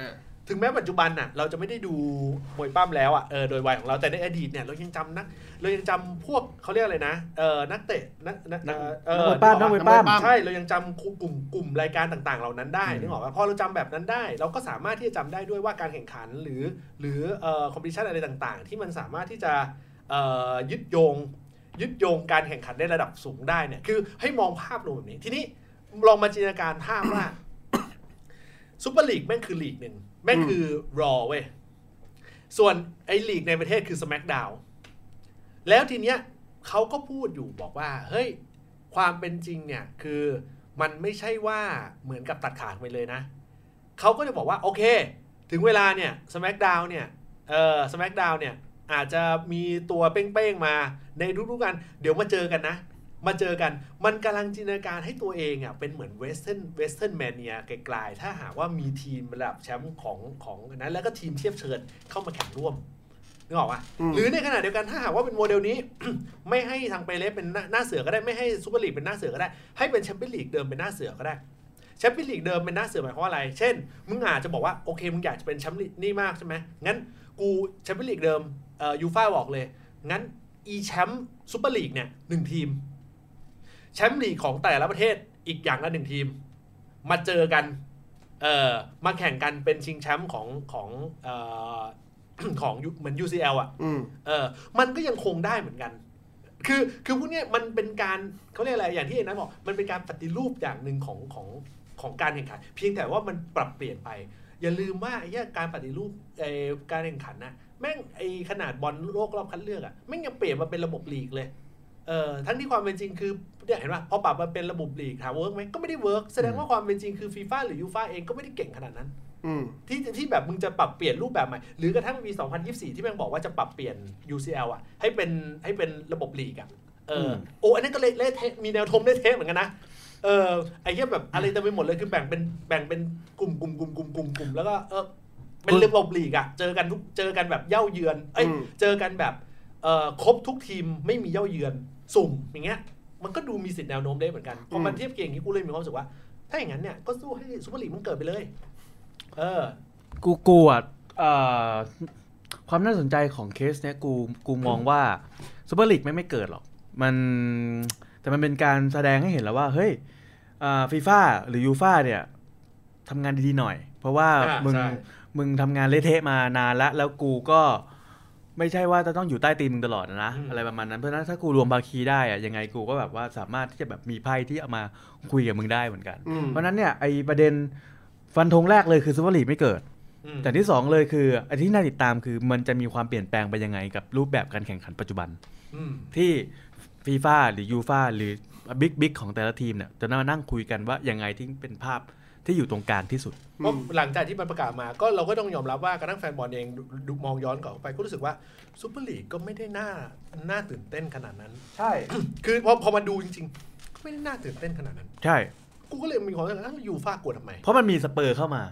ถึงแม้ปัจจุบันน่ะเราจะไม่ได้ดูมวยปั้มแล้วอ่ะเออโดยวัยของเราแต่ในอดีตเนี่ยเรายังจำนักเรายังจำพวกเขาเรียกอะไรนะเออนักเตะนักนักเออนักมวยปั้มนักมวยปั้มใช่เรายังจำกลุ่มกลุ่มรายการต่างๆเหล่านั้นได้นึกออกป่ะพอเราจำแบบนั้นได้เราก็สามารถที่จะจำได้ด้วยว่าการแข่งขันหรือหรือเอ่อคอมเพติชันอะไรต่างๆที่มันสามารถที่จะเอ่อยึดโยงยึดโยงการแข่งขันในระดับสูงได้เนี่ยคือให้มองภาพรวมแบบนี้ทีนี้ลองมาจินตนาการภาพว่าซุปเปอร์ลีกแม่งคือลีกหนึ่งแม่งคือรอเว้ยส่วนไอ้ลีกในประเทศคือ SmackDown แล้วทีเนี้ยเขาก็พูดอยู่บอกว่าเฮ้ยความเป็นจริงเนี่ยคือมันไม่ใช่ว่าเหมือนกับตัดขาดไปเลยนะเขาก็จะบอกว่าโอเคถึงเวลาเนี่ย SmackDown เนี่ยเอ่อ SmackDown เนี่ยอาจจะมีตัวเป้งๆมาในทุกๆกันเดี๋ยวมาเจอกันนะมาเจอกันมันกำลังจินตนาการให้ตัวเองอ่ะเป็นเหมือนเวสเทิร์นเวสเทิร์นแมเนียไกลๆถ้าหากว่ามีทีมระดับแชมป์ของของนั้นแล้วก็ทีมเทียบเชิญเข้ามาแข่งร่วมนึกออกป่ะหรือในขณะเดียวกันถ้าหากว่าเป็นโมเดลนี้ ไม่ให้ทางเปเรสเป็นหน้าเสือก็ได้ไม่ให้ซูเปอร์ลีกเป็นหน้าเสือก็ได้ให้เป็นแชมเปี้ยนลีกเดิมเป็นหน้าเสือก็ได้แชมเปี้ยนลีกเดิมเป็นหน้าเสือหมายความว่าอะไรเช่นมึงอาจจะบอกว่าโอเคมึงอยากจะเป็นแชมป์นี่มากใช่ไหมงั้นกูแชมเปี้ยนลีกเดิมเอ่อยูฟ่าบอกเลยงั้นอีแชมป์ซูเปอร์ลีกเนี่ยหนึ่งทีมแชมป์ลีกของแต่ละประเทศอีกอย่างละหนึ่งทีมมาเจอกันเอ่อมาแข่งกันเป็นชิงแชมป์ของของเอ่อ ของเหมือน ยู ซี แอล อ่ะเออมันก็ยังคงได้เหมือนกันคือคือพวกนี้มันเป็นการเขาเรียกอะไรอย่างที่เอ็นนั้นบอกมันเป็นการปฏิรูปอย่างหนึ่งของของของการแข่งขันเพียงแต่ว่ามันปรับเปลี่ยนไปอย่าลืมว่าไอ้การปฏิรูปไอ้การแข่งขันนะแม่งไอ้ขนาดบอลโลกรอบคัดเลือกอ่ะแม่งยังเปลี่ยนมาเป็นระบบลีกเลยเออทั้งที่ความเป็นจริงคือเนี่ยเห็นป่ะพอปรับมาเป็นระบบลีกถามเวิร์กไหมก็ไม่ได้เวิร์กแสดงว่าความเป็นจริงคือฟีฟ่าหรือยูฟ่าเองก็ไม่ได้เก่งขนาดนั้นที่ที่แบบมึงจะปรับเปลี่ยนรูปแบบใหม่หรือกระทั่งปีสองพันยี่สิบสี่ที่แม่งบอกว่าจะปรับเปลี่ยน ยู ซี แอล อ่ะให้เป็นให้เป็นระบบลีกอ่ะเออโอ้อันนี้ก็เละเละเทะมีแนวโน้มเละเทะเหมือนกันนะเออไอ้เหี้ยแบบอะไรเต็มไปหมดเลยคือแบ่งเป็นแบ่งเป็นกลุ่มกลุ่มกลุ่มกลุ่มกลุ่มกลุ่มแล้วก็เออเป็นระบบลีกอ่ะเจอกันทุกเจอกันแบบเย่าเยือนเอ้ยเจอกันแบบเอ่อครบทุกทีมไม่มีเย่าเยือนสุ่มอย่างเงี้ยมันก็ดูมีสิทธิ์แนวโน้มได้เหมือนกันพอมันเทียบเคียงที่กูเลยมีความรู้สึกว่าถ้าอย่างนั้นเนี่ยก็สู้ให้ซุปเปอร์ลีกมันเกิดไปเลยเออกูกูอ่ะความน่าสนใจของเคสเนี้ยกูกูมองว่าซุปเปอร์ลีกไม่ไม่เกิดหรอกมันแต่มันเป็นการแสดงให้เห็นแล้วว่าเฮ้ยฟีฟ่าหรือยูฟ่าเนี่ยทำงานดีๆหน่อยเพราะว่ามึงมึงทำงานเละเทะมานานแล้วแล้วกูก็ไม่ใช่ว่าจะต้องอยู่ใต้ตีนมึงตลอดนะอะไรประมาณนั้นเพราะฉะนั้นถ้ากูรวมภาคีได้อะยังไงกูก็แบบว่าสามารถที่จะแบบมีไพ่ที่เอามาคุยกับมึงได้เหมือนกันเพราะนั้นเนี่ยไอประเด็นฟันธงแรกเลยคือซุปเปอร์ลีกไม่เกิดแต่ที่สองเลยคือไอ้ที่น่าติดตามคือมันจะมีความเปลี่ยนแปลงไปยังไงกับรูปแบบการแข่งขันปัจจุบันที่ฟีฟ่าหรือยูฟ่าหรือบิ๊กบิ๊กของแต่ละทีมเนี่ยจะมานั่งคุยกันว่ายังไงที่เป็นภาพที่อยู่ตรงกลางที่สุดเพราะหลังจากที่มันประกาศมาก็เราก็ต้องยอมรับว่ากระทั่งแฟนบอลเองดูมองย้อนกลับไปก็รู้สึกว่าซุปเปอร์ลีกก็ไม่ได้น่าน่าตื่นเต้นขนาดนั้นใช่คือพอพอมาดูจริงๆก็ไม่ได้น่าตื่นเต้นขนาดนั้นใช่กูก็เลยมีความรู้สึกว่ายูฟ่ากลัวทำไมเพราะมันมีสเปอร์เข้ามา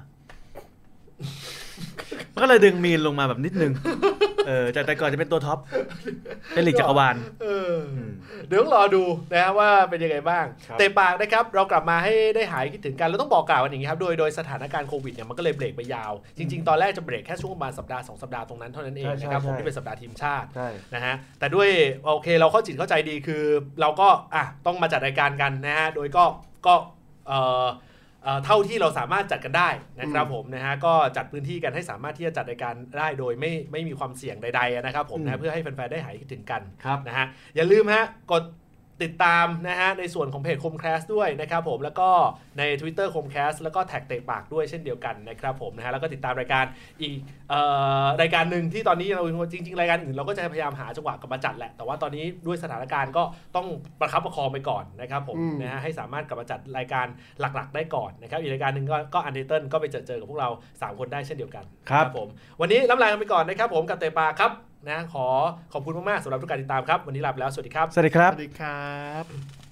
มันก็เลยดึงมีนลงมาแบบนิดนึงเออจากแต่ก่อนจะเป็นตัวท็อปเป็นลีกจักรวาลเดี๋ยวรอดูนะว่าเป็นยังไงบ้างเตะปากนะครับเรากลับมาให้ได้หายคิดถึงกันเราต้องบอกกล่าวกันอย่างนี้ครับโดยโดยสถานการณ์โควิดเนี่ยมันก็เลยเบรกไปยาวจริงๆตอนแรกจะเบรกแค่ช่วงประมาณสัปดาห์สองสัปดาห์ตรงนั้นเท่านั้นเองนะครับผมที่เป็นสัปดาห์ทีมชาตินะฮะแต่ด้วยโอเคเราเข้าจิตเข้าใจดีคือเราก็อ่ะต้องมาจัดรายการกันนะฮะโดยก็ก็เอ่อเท่าที่เราสามารถจัดกันได้นะครับผมนะฮะก็จัดพื้นที่กันให้สามารถที่จะจัดรายการได้โดยไม่ไม่มีความเสี่ยงใดๆนะครับผมนะเพื่อให้แฟนๆได้หายคิดถึงกันนะฮะอย่าลืมฮะกดติดตามนะฮะในส่วนของเพจคมแคสด้วยนะครับผมแล้วก็ใน Twitter คมแคสแล้วก็แท็กเตะปากด้วยเช่นเดียวกันนะครับผมนะฮะแล้วก็ติดตามรายการอีกเอ่อรายการหนึ่งที่ตอนนี้เราจริงๆรายการอื่นเราก็จะพยายามหาจังหวะกลับมาจัดแหละแต่ว่าตอนนี้ด้วยสถานการณ์ก็ต้องประคับประคองไปก่อนนะครับผมนะฮะให้สามารถกลับมาจัดรายการหลักๆได้ก่อนนะครับอีกรายการหนึ่งก็ก็อันเดอร์เทิลก็ไปเจอเจอกับพวกเราสามคนได้เช่นเดียวกันครับผมวันนี้ล้ำลากันไปก่อนนะครับผมกับเตะปากครับนะขอขอบคุณมากๆสำหรับทุกการติดตามครับวันนี้ลาไปแล้วสวัสดีครับสวัสดีครับสวัสดีครับ